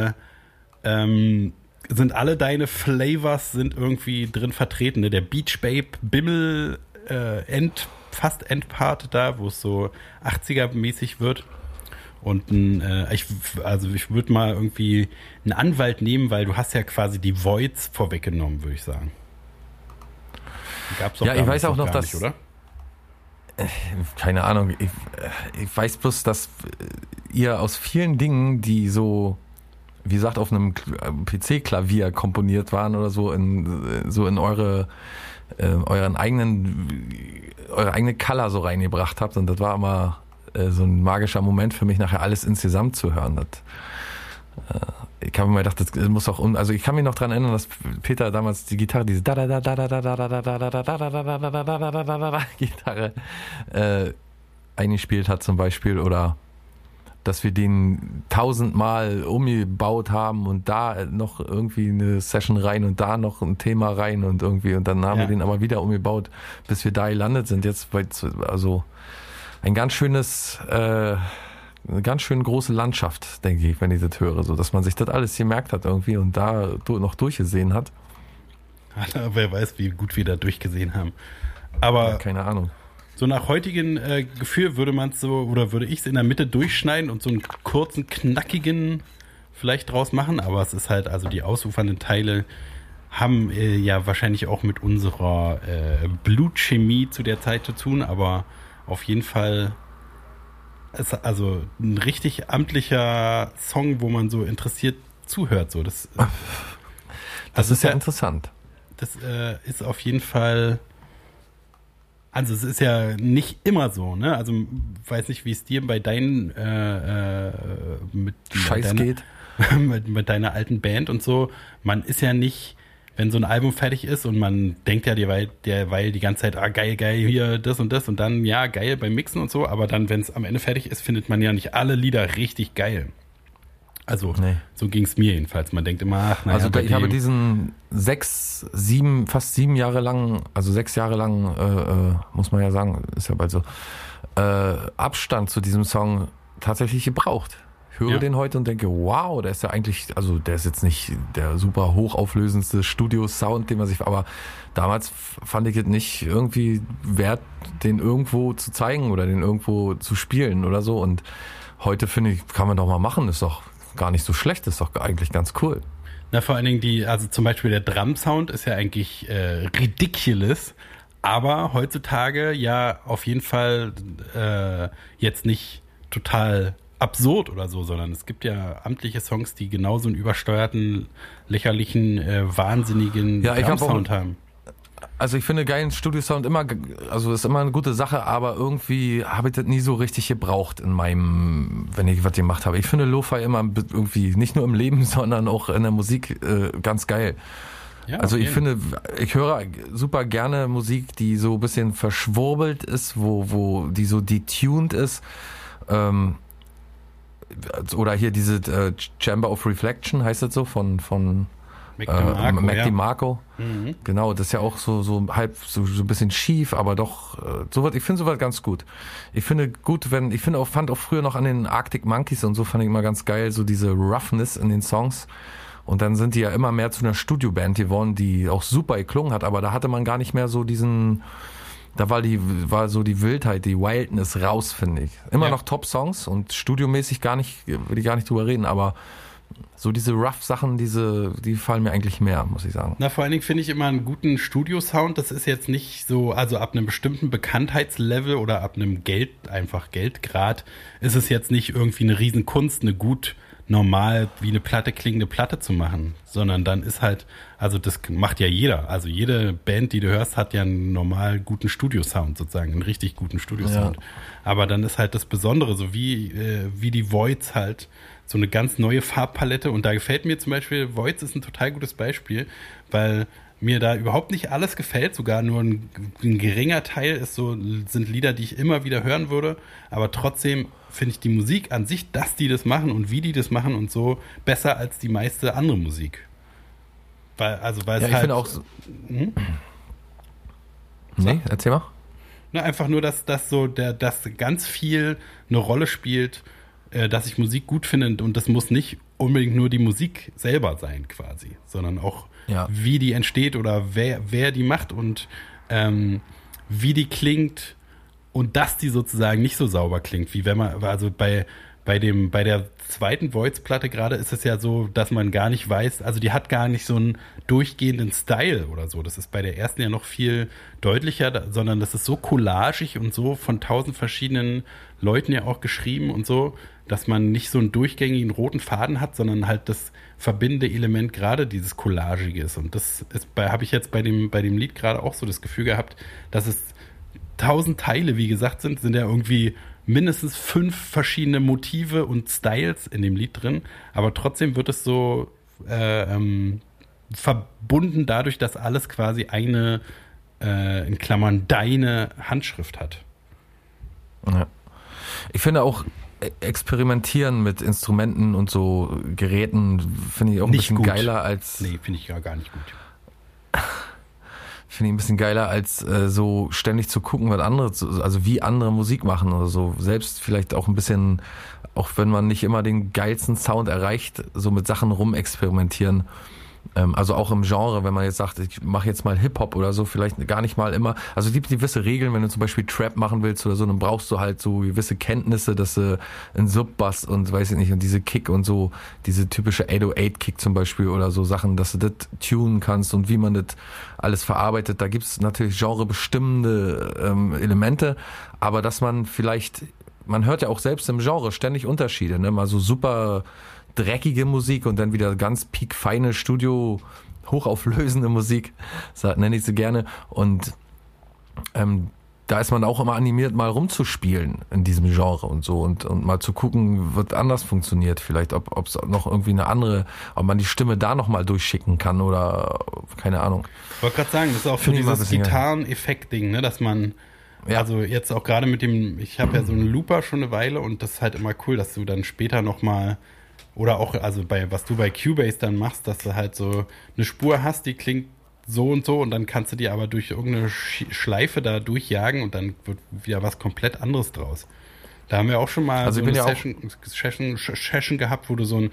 sind alle deine Flavors sind irgendwie drin vertreten. Ne? Der Beach Babe, Bimmel, fast Endpart da, wo es so 80er-mäßig wird. Und ich würde mal irgendwie einen Anwalt nehmen, weil du hast ja quasi die Voids vorweggenommen, würde ich sagen. Gab's doch Ja, ich weiß auch noch, gar dass... nicht, oder? Keine Ahnung. Ich weiß bloß, dass ihr aus vielen Dingen, die so, wie gesagt, auf einem PC-Klavier komponiert waren oder so, in eure eigene Color so reingebracht habt. Und das war immer so ein magischer Moment für mich, nachher alles insgesamt zu hören. Ich habe mir gedacht, das muss auch, also ich kann mich noch dran erinnern, dass Peter damals die Gitarre, diese Gitarre eingespielt hat zum Beispiel, oder dass wir den 1000-mal umgebaut haben und da noch irgendwie eine Session rein und da noch ein Thema rein und irgendwie, und dann haben wir den aber wieder umgebaut, bis wir da gelandet sind. Jetzt, also ein ganz schönes, eine ganz schön große Landschaft, denke ich, wenn ich das höre, so, dass man sich das alles gemerkt hat irgendwie und da noch durchgesehen hat. Wer weiß, wie gut wir da durchgesehen haben. Aber ja, keine Ahnung. so nach heutigem Gefühl würde ich es in der Mitte durchschneiden und so einen kurzen, knackigen vielleicht draus machen, aber es ist halt, also die ausufernden Teile haben ja wahrscheinlich auch mit unserer Blutchemie zu der Zeit zu tun, aber auf jeden Fall ist also ein richtig amtlicher Song, wo man so interessiert zuhört. So. Das ist ja interessant. Das ist auf jeden Fall... Also es ist ja nicht immer so, ne? Also weiß nicht, wie es dir bei deinen geht. mit deiner alten Band und so. Man ist ja nicht, wenn so ein Album fertig ist und man denkt ja derweil die ganze Zeit, geil, hier das und dann, ja, geil beim Mixen und so, aber dann, wenn es am Ende fertig ist, findet man ja nicht alle Lieder richtig geil. Also, so ging es mir jedenfalls. Man denkt immer, ich habe diesen 6 Jahre lang, muss man ja sagen, ist ja bald so, Abstand zu diesem Song tatsächlich gebraucht. Ich höre den heute und denke, wow, der ist ja eigentlich, also der ist jetzt nicht der super hochauflösendste Studio-Sound, den man sich, aber damals fand ich es nicht irgendwie wert, den irgendwo zu zeigen oder den irgendwo zu spielen oder so, und heute finde ich, kann man doch mal machen, ist doch gar nicht so schlecht, ist doch eigentlich ganz cool. Na, vor allen Dingen also zum Beispiel der Drum-Sound ist ja eigentlich ridiculous, aber heutzutage ja auf jeden Fall jetzt nicht total absurd oder so, sondern es gibt ja amtliche Songs, die genauso einen übersteuerten, lächerlichen, wahnsinnigen Drum-Sound haben. Also ich finde geilen Studiosound ist immer eine gute Sache, aber irgendwie habe ich das nie so richtig gebraucht in meinem, wenn ich was gemacht habe. Ich finde Lo-Fi immer irgendwie nicht nur im Leben, sondern auch in der Musik ganz geil. Ja, also ich finde, ich höre super gerne Musik, die so ein bisschen verschwurbelt ist, wo die so detuned ist. Oder hier diese Chamber of Reflection, heißt das so, von Mac DeMarco. Mhm. Genau, das ist ja auch so halb so ein bisschen schief, aber doch sowas. Ich finde sowas ganz gut. Ich finde gut, fand auch früher noch an den Arctic Monkeys und so, fand ich immer ganz geil, so diese Roughness in den Songs. Und dann sind die ja immer mehr zu einer Studioband geworden, die auch super geklungen hat, aber da hatte man gar nicht mehr so diesen, da war so die Wildheit, die Wildness raus, finde ich. Immer noch Top-Songs und studiomäßig will ich gar nicht drüber reden, aber so diese Rough-Sachen, die fallen mir eigentlich mehr, muss ich sagen. Na, vor allen Dingen finde ich immer einen guten Studio-Sound, das ist jetzt nicht so, also ab einem bestimmten Bekanntheitslevel oder ab einem Geldgrad ist es jetzt nicht irgendwie eine Riesenkunst, eine normal wie eine Platte klingende Platte zu machen, sondern dann ist halt, also das macht ja jeder. Also jede Band, die du hörst, hat ja einen normal guten Studiosound sozusagen, einen richtig guten Studiosound. Ja. Aber dann ist halt das Besondere, so wie die Voids halt, so eine ganz neue Farbpalette. Und da gefällt mir zum Beispiel, Voids ist ein total gutes Beispiel, weil mir da überhaupt nicht alles gefällt, sogar nur ein geringer Teil sind Lieder, die ich immer wieder hören würde, aber trotzdem finde ich die Musik an sich, dass die das machen und wie die das machen und so, besser als die meiste andere Musik. Weil es ich halt... finde auch... Nee, erzähl mal. Einfach nur, dass ganz viel eine Rolle spielt, dass ich Musik gut finde und das muss nicht unbedingt nur die Musik selber sein quasi, sondern auch wie die entsteht oder wer die macht und wie die klingt und dass die sozusagen nicht so sauber klingt, wie wenn man, also bei der zweiten Voids-Platte gerade ist es ja so, dass man gar nicht weiß, also die hat gar nicht so einen durchgehenden Style oder so. Das ist bei der ersten ja noch viel deutlicher, sondern das ist so collagig und so von 1000 verschiedenen Leuten ja auch geschrieben und so, dass man nicht so einen durchgängigen roten Faden hat, sondern halt das verbindende Element gerade dieses Collagige ist. Und das habe ich jetzt bei dem Lied gerade auch so das Gefühl gehabt, dass es 1000 Teile, wie gesagt, sind ja irgendwie mindestens 5 verschiedene Motive und Styles in dem Lied drin, aber trotzdem wird es so verbunden dadurch, dass alles quasi eine, in Klammern, deine Handschrift hat. Ja. Ich finde auch experimentieren mit Instrumenten und so Geräten finde ich auch ein bisschen geiler als... Nee, finde ich gar nicht gut. Finde ich ein bisschen geiler, als so ständig zu gucken, was andere, also wie andere Musik machen oder so. Selbst vielleicht auch ein bisschen, auch wenn man nicht immer den geilsten Sound erreicht, so mit Sachen rumexperimentieren. Also auch im Genre, wenn man jetzt sagt, ich mache jetzt mal Hip-Hop oder so, vielleicht gar nicht mal immer. Also es gibt gewisse Regeln, wenn du zum Beispiel Trap machen willst oder so, dann brauchst du halt so gewisse Kenntnisse, dass du einen Sub-Bass und weiß ich nicht, und diese Kick und so, diese typische 808-Kick zum Beispiel oder so Sachen, dass du das tunen kannst und wie man das alles verarbeitet. Da gibt es natürlich genrebestimmende Elemente, aber dass man vielleicht, man hört ja auch selbst im Genre ständig Unterschiede, ne? Mal so super dreckige Musik und dann wieder ganz piekfeine Studio hochauflösende Musik, nenne ich sie gerne, und da ist man auch immer animiert, mal rumzuspielen in diesem Genre und so und mal zu gucken, wird anders funktioniert vielleicht, ob es noch irgendwie eine andere, ob man die Stimme da nochmal durchschicken kann oder keine Ahnung. Ich wollte gerade sagen, das ist auch so dieses Gitarreneffekt-Ding, ne, dass man also jetzt auch gerade mit dem, ich habe ja so einen Looper schon eine Weile und das ist halt immer cool, dass du dann später nochmal oder auch, also was du bei Cubase dann machst, dass du halt so eine Spur hast, die klingt so und so und dann kannst du die aber durch irgendeine Schleife da durchjagen und dann wird wieder was komplett anderes draus. Da haben wir auch schon mal so eine Session gehabt, wo du so ein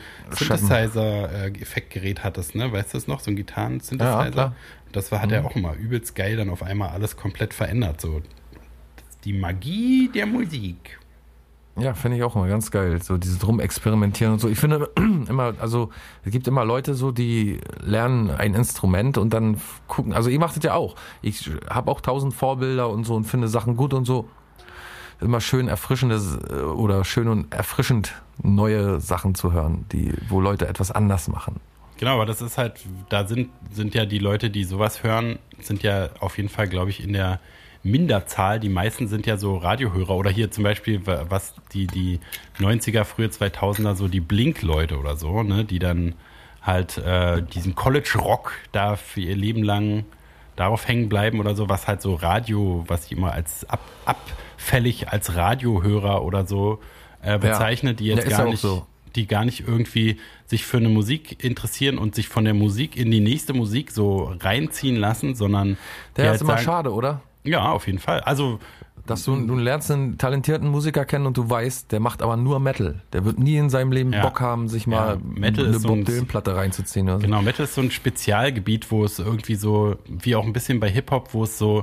Synthesizer-Effektgerät hattest, ne? Weißt du das noch? So ein Gitarren-Synthesizer. Ja, klar. Das hat ja auch immer übelst geil dann auf einmal alles komplett verändert. So. Das ist die Magie der Musik. Ja, finde ich auch immer ganz geil, so dieses Rumexperimentieren und so. Ich finde immer, also es gibt immer Leute so, die lernen ein Instrument und dann gucken, also ihr macht es ja auch. Ich habe auch 1000 Vorbilder und so und finde Sachen gut und so. Immer schön erfrischendes oder schön und erfrischend neue Sachen zu hören, wo Leute etwas anders machen. Genau, aber das ist halt, da sind ja die Leute, die sowas hören, sind ja auf jeden Fall, glaube ich, in der Minderzahl. Die meisten sind ja so Radiohörer oder hier zum Beispiel, was die 90er, frühe 2000er, so die Blink-Leute oder so, ne, die dann halt diesen College-Rock da für ihr Leben lang darauf hängen bleiben oder so, was halt so Radio, was ich immer als abfällig als Radiohörer oder so bezeichnet, die jetzt gar nicht, so, die gar nicht irgendwie sich für eine Musik interessieren und sich von der Musik in die nächste Musik so reinziehen lassen, sondern der ist immer schade, oder? Ja, auf jeden Fall. Also, dass du lernst einen talentierten Musiker kennen und du weißt, der macht aber nur Metal. Der wird nie in seinem Leben Bock haben, sich mal eine Bob Dylan-Platte reinzuziehen. Oder so. Genau, Metal ist so ein Spezialgebiet, wo es irgendwie so, wie auch ein bisschen bei Hip-Hop, wo es so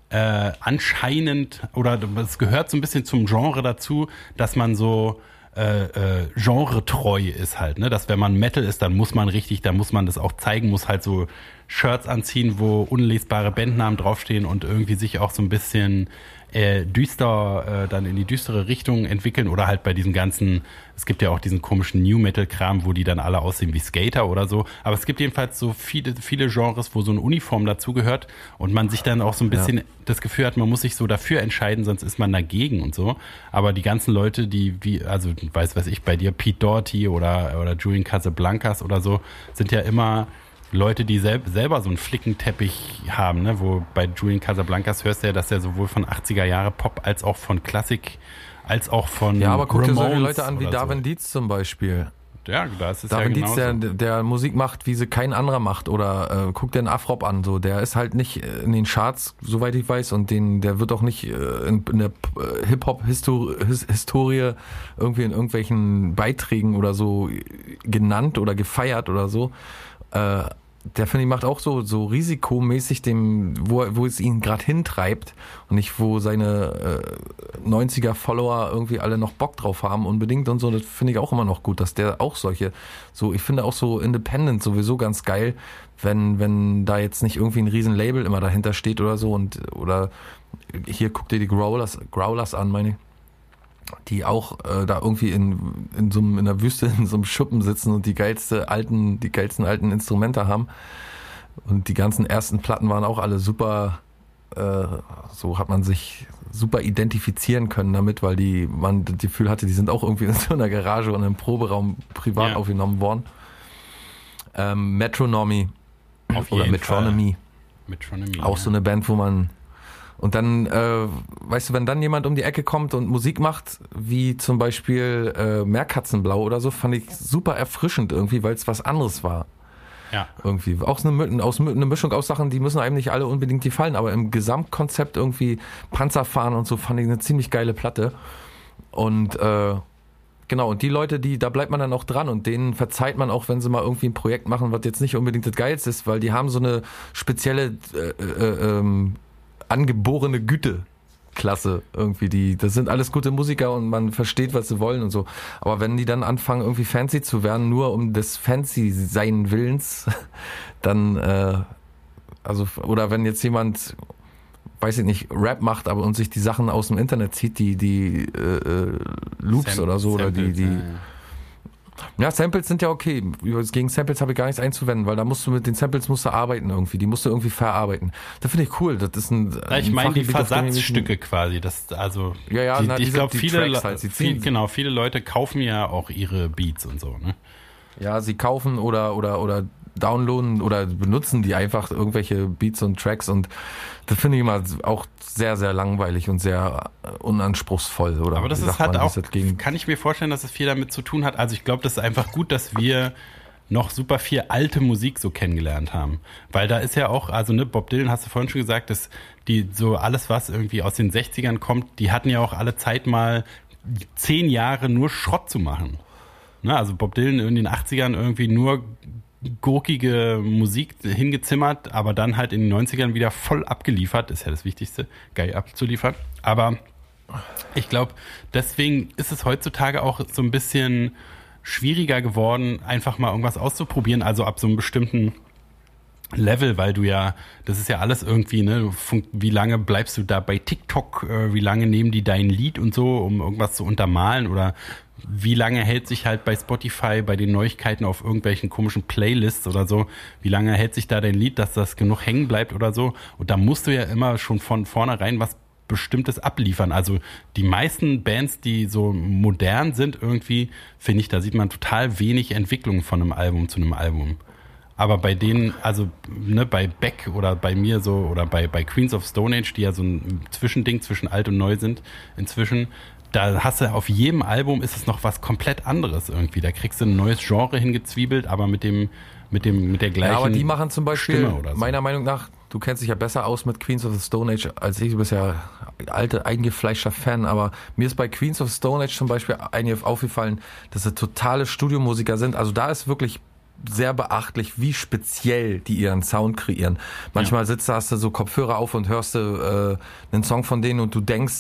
anscheinend, oder es gehört so ein bisschen zum Genre dazu, dass man so genretreu ist halt, ne? Dass wenn man Metal ist, dann muss man das auch zeigen, muss halt so Shirts anziehen, wo unlesbare Bandnamen draufstehen und irgendwie sich auch so ein bisschen düster dann in die düstere Richtung entwickeln oder halt bei diesem ganzen, es gibt ja auch diesen komischen New-Metal-Kram, wo die dann alle aussehen wie Skater oder so, aber es gibt jedenfalls so viele Genres, wo so eine Uniform dazugehört und man sich dann auch so ein bisschen das Gefühl hat, man muss sich so dafür entscheiden, sonst ist man dagegen und so, aber die ganzen Leute, also weiß ich, bei dir Pete Doherty oder Julian Casablancas oder so, sind ja immer Leute, die selber so einen Flickenteppich haben, ne? Wo bei Julian Casablancas hörst du ja, dass er sowohl von 80er Jahre Pop als auch von Klassik, als auch von Ja, aber guck dir solche Ramones Leute an wie Darwin Dietz zum Beispiel. Ja, das ist Darwin ja Dietz, genauso. der Musik macht, wie sie kein anderer macht. Oder guck dir den Afrop an, so. Der ist halt nicht in den Charts, soweit ich weiß, und der wird auch nicht in der Hip-Hop-Historie irgendwie in irgendwelchen Beiträgen oder so genannt oder gefeiert oder so. Der, finde ich, macht auch so risikomäßig wo es ihn gerade hintreibt und nicht, wo seine 90er-Follower irgendwie alle noch Bock drauf haben unbedingt und so. Das finde ich auch immer noch gut, dass der auch ich finde auch so Independent sowieso ganz geil, wenn da jetzt nicht irgendwie ein riesen Label immer dahinter steht oder so oder hier guck dir die Growlers an, meine ich. Die auch da irgendwie in der Wüste in so einem Schuppen sitzen und die geilsten alten Instrumente haben. Und die ganzen ersten Platten waren auch alle super, so hat man sich super identifizieren können damit, weil man das Gefühl hatte, die sind auch irgendwie in so einer Garage und im Proberaum privat aufgenommen worden. Metronomy oder Metronomy. Auch so eine Band, wo man und dann, weißt du, wenn dann jemand um die Ecke kommt und Musik macht, wie zum Beispiel Meerkatzenblau oder so, fand ich super erfrischend irgendwie, weil es was anderes war. Ja. Irgendwie. Auch eine Mischung aus Sachen, die müssen einem nicht alle unbedingt gefallen, aber im Gesamtkonzept irgendwie Panzerfahren und so fand ich eine ziemlich geile Platte. Und genau, und die Leute, da bleibt man dann auch dran und denen verzeiht man auch, wenn sie mal irgendwie ein Projekt machen, was jetzt nicht unbedingt das Geilste ist, weil die haben so eine spezielle angeborene Güteklasse irgendwie. Das sind alles gute Musiker und man versteht, was sie wollen und so. Aber wenn die dann anfangen, irgendwie fancy zu werden, nur um des fancy sein Willens, dann, oder wenn jetzt jemand, weiß ich nicht, Rap macht, aber und sich die Sachen aus dem Internet zieht, die Loops oder so, oder Ja, Samples sind ja okay. Gegen Samples habe ich gar nichts einzuwenden, weil mit den Samples musst du arbeiten irgendwie. Die musst du irgendwie verarbeiten. Das finde ich cool. Das ist ich meine die Versatzstücke quasi. Ich glaube, viele Leute kaufen ja auch ihre Beats und so, ne? Ja, sie kaufen oder downloaden oder benutzen die einfach irgendwelche Beats und Tracks und das finde ich immer auch sehr, sehr langweilig und sehr unanspruchsvoll. Oder aber das ist halt auch, kann ich mir vorstellen, dass es viel damit zu tun hat. Also ich glaube, das ist einfach gut, dass wir noch super viel alte Musik so kennengelernt haben. Weil da ist ja auch, also ne, Bob Dylan, hast du vorhin schon gesagt, dass die so alles, was irgendwie aus den 60ern kommt, die hatten ja auch alle Zeit mal 10 Jahre nur Schrott zu machen. Ne, also Bob Dylan in den 80ern irgendwie nur gurkige Musik hingezimmert, aber dann halt in den 90ern wieder voll abgeliefert, ist ja das Wichtigste, geil abzuliefern. Aber ich glaube, deswegen ist es heutzutage auch so ein bisschen schwieriger geworden, einfach mal irgendwas auszuprobieren, also ab so einem bestimmten Level, weil das ist ja alles irgendwie, ne, wie lange bleibst du da bei TikTok, wie lange nehmen die dein Lied und so, um irgendwas zu untermalen oder wie lange hält sich halt bei Spotify, bei den Neuigkeiten auf irgendwelchen komischen Playlists oder so, wie lange hält sich da dein Lied, dass das genug hängen bleibt oder so. Und da musst du ja immer schon von vornherein was Bestimmtes abliefern. Also die meisten Bands, die so modern sind irgendwie, finde ich, da sieht man total wenig Entwicklung von einem Album zu einem Album. Aber bei denen, also ne, bei Beck oder bei mir so oder bei Queens of Stone Age, die ja so ein Zwischending zwischen alt und neu sind inzwischen, da hast du auf jedem Album ist es noch was komplett anderes irgendwie. Da kriegst du ein neues Genre hingezwiebelt, aber mit der gleichen Ja, aber die machen zum Beispiel, Stimme oder so. Meiner Meinung nach, du kennst dich ja besser aus mit Queens of the Stone Age als ich, du bist ja alter, eingefleischter Fan, aber mir ist bei Queens of Stone Age zum Beispiel aufgefallen, dass sie totale Studiomusiker sind. Also da ist wirklich sehr beachtlich, wie speziell die ihren Sound kreieren. Manchmal hast du so Kopfhörer auf und hörst du einen Song von denen und du denkst,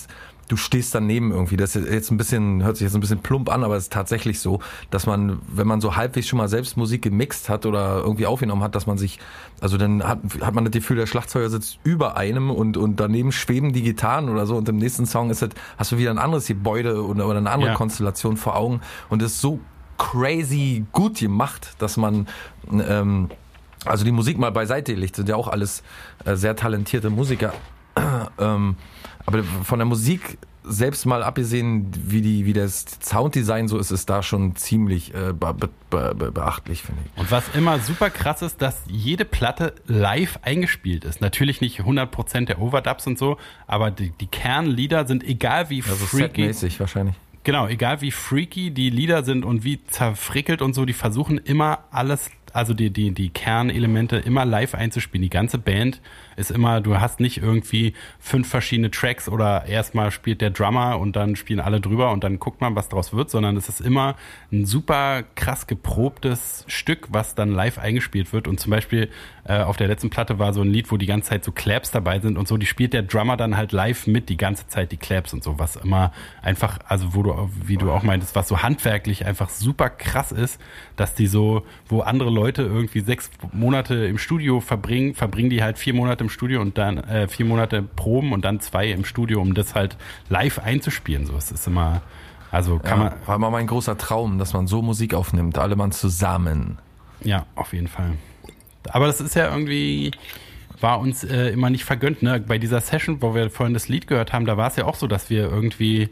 du stehst daneben irgendwie. Das ist jetzt hört sich jetzt ein bisschen plump an, aber es ist tatsächlich so, dass man, wenn man so halbwegs schon mal selbst Musik gemixt hat oder irgendwie aufgenommen hat, dass man sich, also dann hat man das Gefühl, der Schlagzeuger sitzt über einem und daneben schweben die Gitarren oder so und im nächsten Song hast du wieder ein anderes Gebäude oder eine andere Konstellation vor Augen und das ist so crazy gut gemacht, dass man also die Musik mal beiseite legt, sind ja auch alles sehr talentierte Musiker. Aber von der Musik selbst mal abgesehen, wie das Sounddesign so ist, ist da schon ziemlich beachtlich, finde ich. Und was immer super krass ist, dass jede Platte live eingespielt ist. Natürlich nicht 100% der Overdubs und so, aber die Kernlieder sind egal wie also freaky. Setmäßig wahrscheinlich. Genau, egal wie freaky die Lieder sind und wie zerfrickelt und so, die versuchen immer alles, also die Kernelemente immer live einzuspielen. Die ganze Band ist immer, du hast nicht irgendwie 5 verschiedene Tracks oder erstmal spielt der Drummer und dann spielen alle drüber und dann guckt man, was draus wird, sondern es ist immer ein super krass geprobtes Stück, was dann live eingespielt wird. Und zum Beispiel auf der letzten Platte war so ein Lied, wo die ganze Zeit so Claps dabei sind und so, die spielt der Drummer dann halt live mit die ganze Zeit, die Claps und so, was immer einfach, also wie du auch meintest, was so handwerklich einfach super krass ist, dass die so, wo andere Leute irgendwie 6 Monate im Studio verbringen die halt 4 Monate im Studio und dann 4 Monate proben und dann 2 im Studio, um das halt live einzuspielen. So, es ist immer, also kann man. War immer mein großer Traum, dass man so Musik aufnimmt, alle Mann zusammen. Ja, auf jeden Fall. Aber das ist ja irgendwie, war uns immer nicht vergönnt, ne? Bei dieser Session, wo wir vorhin das Lied gehört haben, da war es ja auch so, dass wir irgendwie,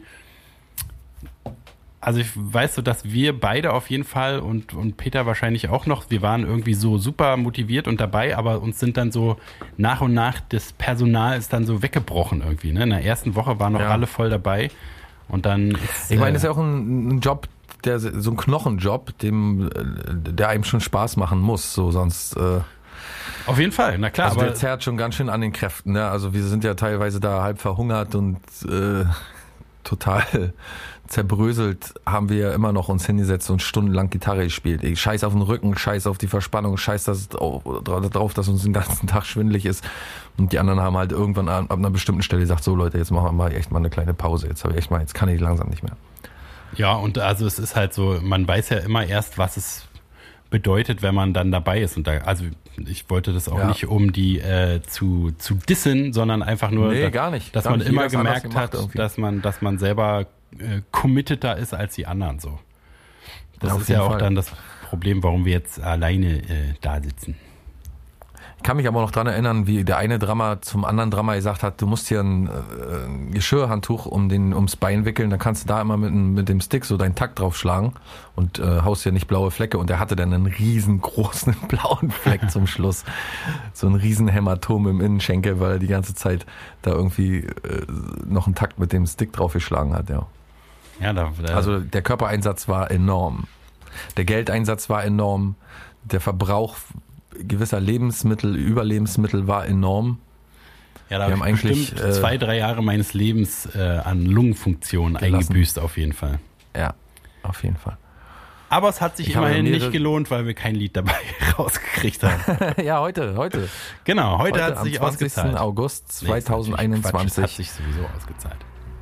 also ich weiß so, dass wir beide auf jeden Fall und Peter wahrscheinlich auch noch, wir waren irgendwie so super motiviert und dabei, aber uns sind dann so nach und nach, das Personal ist dann so weggebrochen irgendwie, ne? In der ersten Woche waren noch alle voll dabei und dann ist, ich meine, das ist ja auch ein Job, so ein Knochenjob, der einem schon Spaß machen muss, so sonst auf jeden Fall, na klar. Also aber der zerrt schon ganz schön an den Kräften, ne? Also wir sind ja teilweise da halb verhungert und total zerbröselt haben wir ja immer noch uns hingesetzt und stundenlang Gitarre gespielt. Ich scheiß auf den Rücken, scheiß auf die Verspannung, scheiß darauf, dass uns den ganzen Tag schwindelig ist. Und die anderen haben halt irgendwann ab einer bestimmten Stelle gesagt, so Leute, jetzt machen wir mal echt mal eine kleine Pause. Jetzt kann ich langsam nicht mehr. Ja, und also es ist halt so, man weiß ja immer erst, was es bedeutet, wenn man dann dabei ist. Und da, also ich wollte das auch nicht, um die zu dissen, sondern einfach nur, gar nicht. Dass man immer gemerkt hat, dass man selber committeter ist als die anderen so. Das ist ja auch dann das Problem, warum wir jetzt alleine da sitzen. Ich kann mich aber noch dran erinnern, wie der eine Drummer zum anderen Drummer gesagt hat, du musst hier ein Geschirrhandtuch ums Bein wickeln, dann kannst du da immer mit dem Stick so deinen Takt draufschlagen und haust hier nicht blaue Flecke. Und er hatte dann einen riesengroßen blauen Fleck zum Schluss. So ein riesen Hämatom im Innenschenkel, weil er die ganze Zeit da irgendwie noch einen Takt mit dem Stick draufgeschlagen hat, ja. Also der Körpereinsatz war enorm. Der Geldeinsatz war enorm. Der Verbrauch gewisser Überlebensmittel war enorm. Ja, da habe ich bestimmt 2-3 Jahre meines Lebens an Lungenfunktion eingebüßt, auf jeden Fall. Ja, auf jeden Fall. Aber es hat sich immerhin nicht gelohnt, weil wir kein Lied dabei rausgekriegt haben. Ja, heute. Genau, heute hat es sich ausgezahlt. Am 20. August 2021. Das hat sich sowieso ausgezahlt.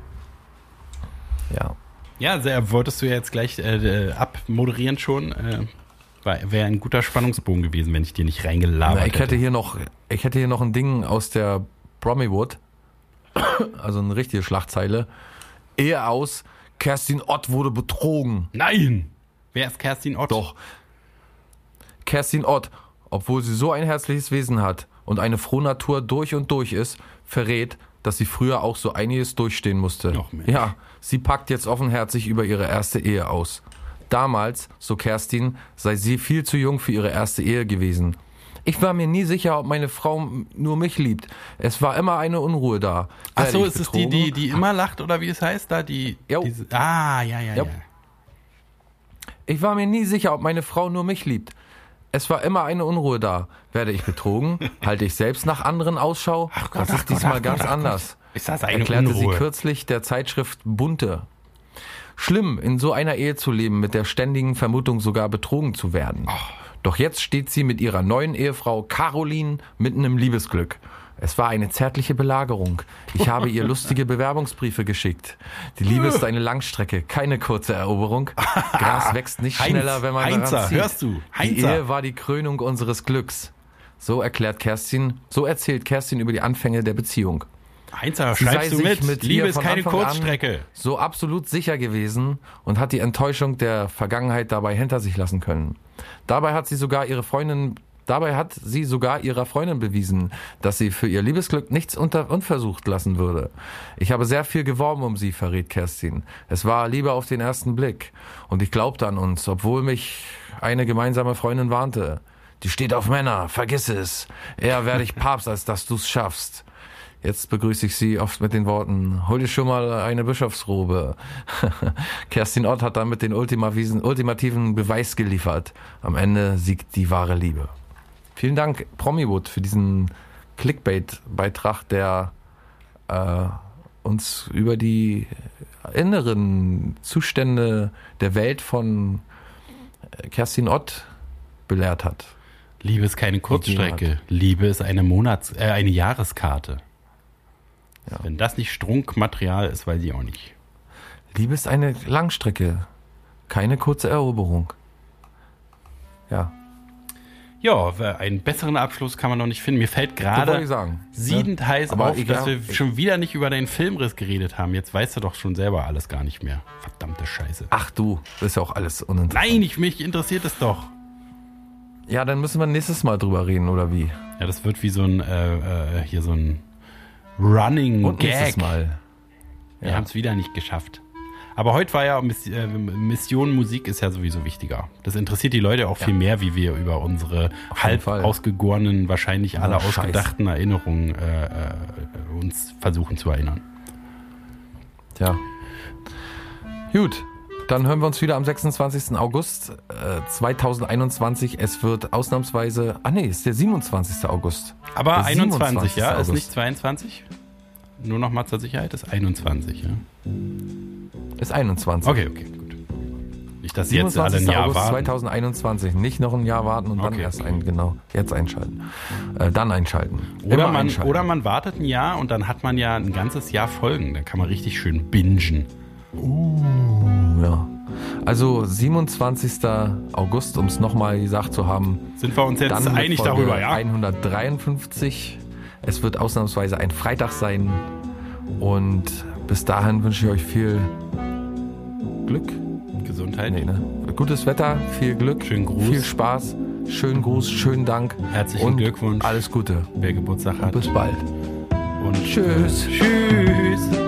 Ja. Ja, wolltest du ja jetzt gleich abmoderieren schon? Wäre ein guter Spannungsbogen gewesen, wenn ich dir nicht reingelabert hätte. Ich hätte hier noch ein Ding aus der Bromywood, also eine richtige Schlagzeile. Ehe aus, Kerstin Ott wurde betrogen. Nein! Wer ist Kerstin Ott? Doch. Kerstin Ott, obwohl sie so ein herzliches Wesen hat und eine Frohnatur durch und durch ist, verrät, dass sie früher auch so einiges durchstehen musste. Ja, sie packt jetzt offenherzig über ihre erste Ehe aus. Damals, so Kerstin, sei sie viel zu jung für ihre erste Ehe gewesen. Ich war mir nie sicher, ob meine Frau nur mich liebt. Es war immer eine Unruhe da. Ach so, ist es die immer lacht oder wie es heißt da? Ja. Ich war mir nie sicher, ob meine Frau nur mich liebt. Es war immer eine Unruhe da. Werde ich betrogen? Halte ich selbst nach anderen Ausschau? Ach Gott, das ist diesmal ganz anders. Ist das eine erklärte Unruhe? Sie kürzlich der Zeitschrift Bunte. Schlimm, in so einer Ehe zu leben, mit der ständigen Vermutung sogar betrogen zu werden. Doch jetzt steht sie mit ihrer neuen Ehefrau Caroline mitten im Liebesglück. Es war eine zärtliche Belagerung. Ich habe ihr lustige Bewerbungsbriefe geschickt. Die Liebe ist eine Langstrecke, keine kurze Eroberung. Gras wächst nicht schneller, wenn man daran zieht. Hörst du? Die Ehe war die Krönung unseres Glücks. So erzählt Kerstin über die Anfänge der Beziehung. Heinzer, Sie sei schreibst du sich mit? ihr Liebe ist von keine Anfang an Kurzstrecke. so absolut sicher gewesen und hat die Enttäuschung der Vergangenheit dabei hinter sich lassen können. Dabei hat sie sogar ihrer Freundin bewiesen, dass sie für ihr Liebesglück nichts unversucht lassen würde. Ich habe sehr viel geworben um sie, verrät Kerstin. Es war Liebe auf den ersten Blick. Und ich glaubte an uns, obwohl mich eine gemeinsame Freundin warnte. Die steht auf Männer, vergiss es. Eher werde ich Papst, als dass du's schaffst. Jetzt begrüße ich Sie oft mit den Worten, hol dir schon mal eine Bischofsrobe. Kerstin Ott hat damit den ultimativen Beweis geliefert. Am Ende siegt die wahre Liebe. Vielen Dank, Promiwood, für diesen Clickbait-Beitrag, der uns über die inneren Zustände der Welt von Kerstin Ott belehrt hat. Liebe ist keine Kurzstrecke. Liebe ist eine Jahreskarte. Ja. Wenn das nicht Strunkmaterial ist, weiß ich auch nicht. Liebe ist eine Langstrecke, keine kurze Eroberung. Ja. Ja, einen besseren Abschluss kann man noch nicht finden. Mir fällt Das wollte gerade ich sagen. siedend heiß Aber auf, egal. dass wir schon wieder nicht über deinen Filmriss geredet haben. Jetzt weißt du doch schon selber alles gar nicht mehr. Verdammte Scheiße. Ach du, das ist ja auch alles uninteressant. Nein, mich interessiert es doch. Ja, dann müssen wir nächstes Mal drüber reden, oder wie? Ja, das wird wie so ein Running Und nächstes Gag. Mal. Wir haben es wieder nicht geschafft. Aber heute war ja Mission Musik ist ja sowieso wichtiger. Das interessiert die Leute auch viel mehr, wie wir über unsere halb ausgegorenen, wahrscheinlich alle ausgedachten Erinnerungen uns versuchen zu erinnern. Tja. Gut, dann hören wir uns wieder am 26. August 2021. Es wird ausnahmsweise, ist der 27. August. Aber Der 21, ja? August. Ist nicht 22? Nur noch mal zur Sicherheit, ist 21, ja? Ist 21. Okay, gut. Nicht, dass Sie jetzt alle ein 27. Jahr August warten. 2021. Nicht noch ein Jahr warten und dann Okay, erst okay. jetzt einschalten. Dann einschalten. Oder Immer einschalten. oder man wartet ein Jahr und dann hat man ja ein ganzes Jahr Folgen. Dann kann man richtig schön bingen. Ja. Also 27. August, um es nochmal gesagt zu haben. Sind wir uns jetzt Dann einig Folge darüber, ja? 153. Es wird ausnahmsweise ein Freitag sein. Und bis dahin wünsche ich euch viel Glück. Gesundheit. Nee, ne? Gutes Wetter, viel Glück, Schönen Gruß. viel Spaß, schönen Gruß, schönen Dank. Herzlichen und Glückwunsch. Alles Gute. Wer Geburtstag hat. Bis bald. Und Tschüss. Tschüss.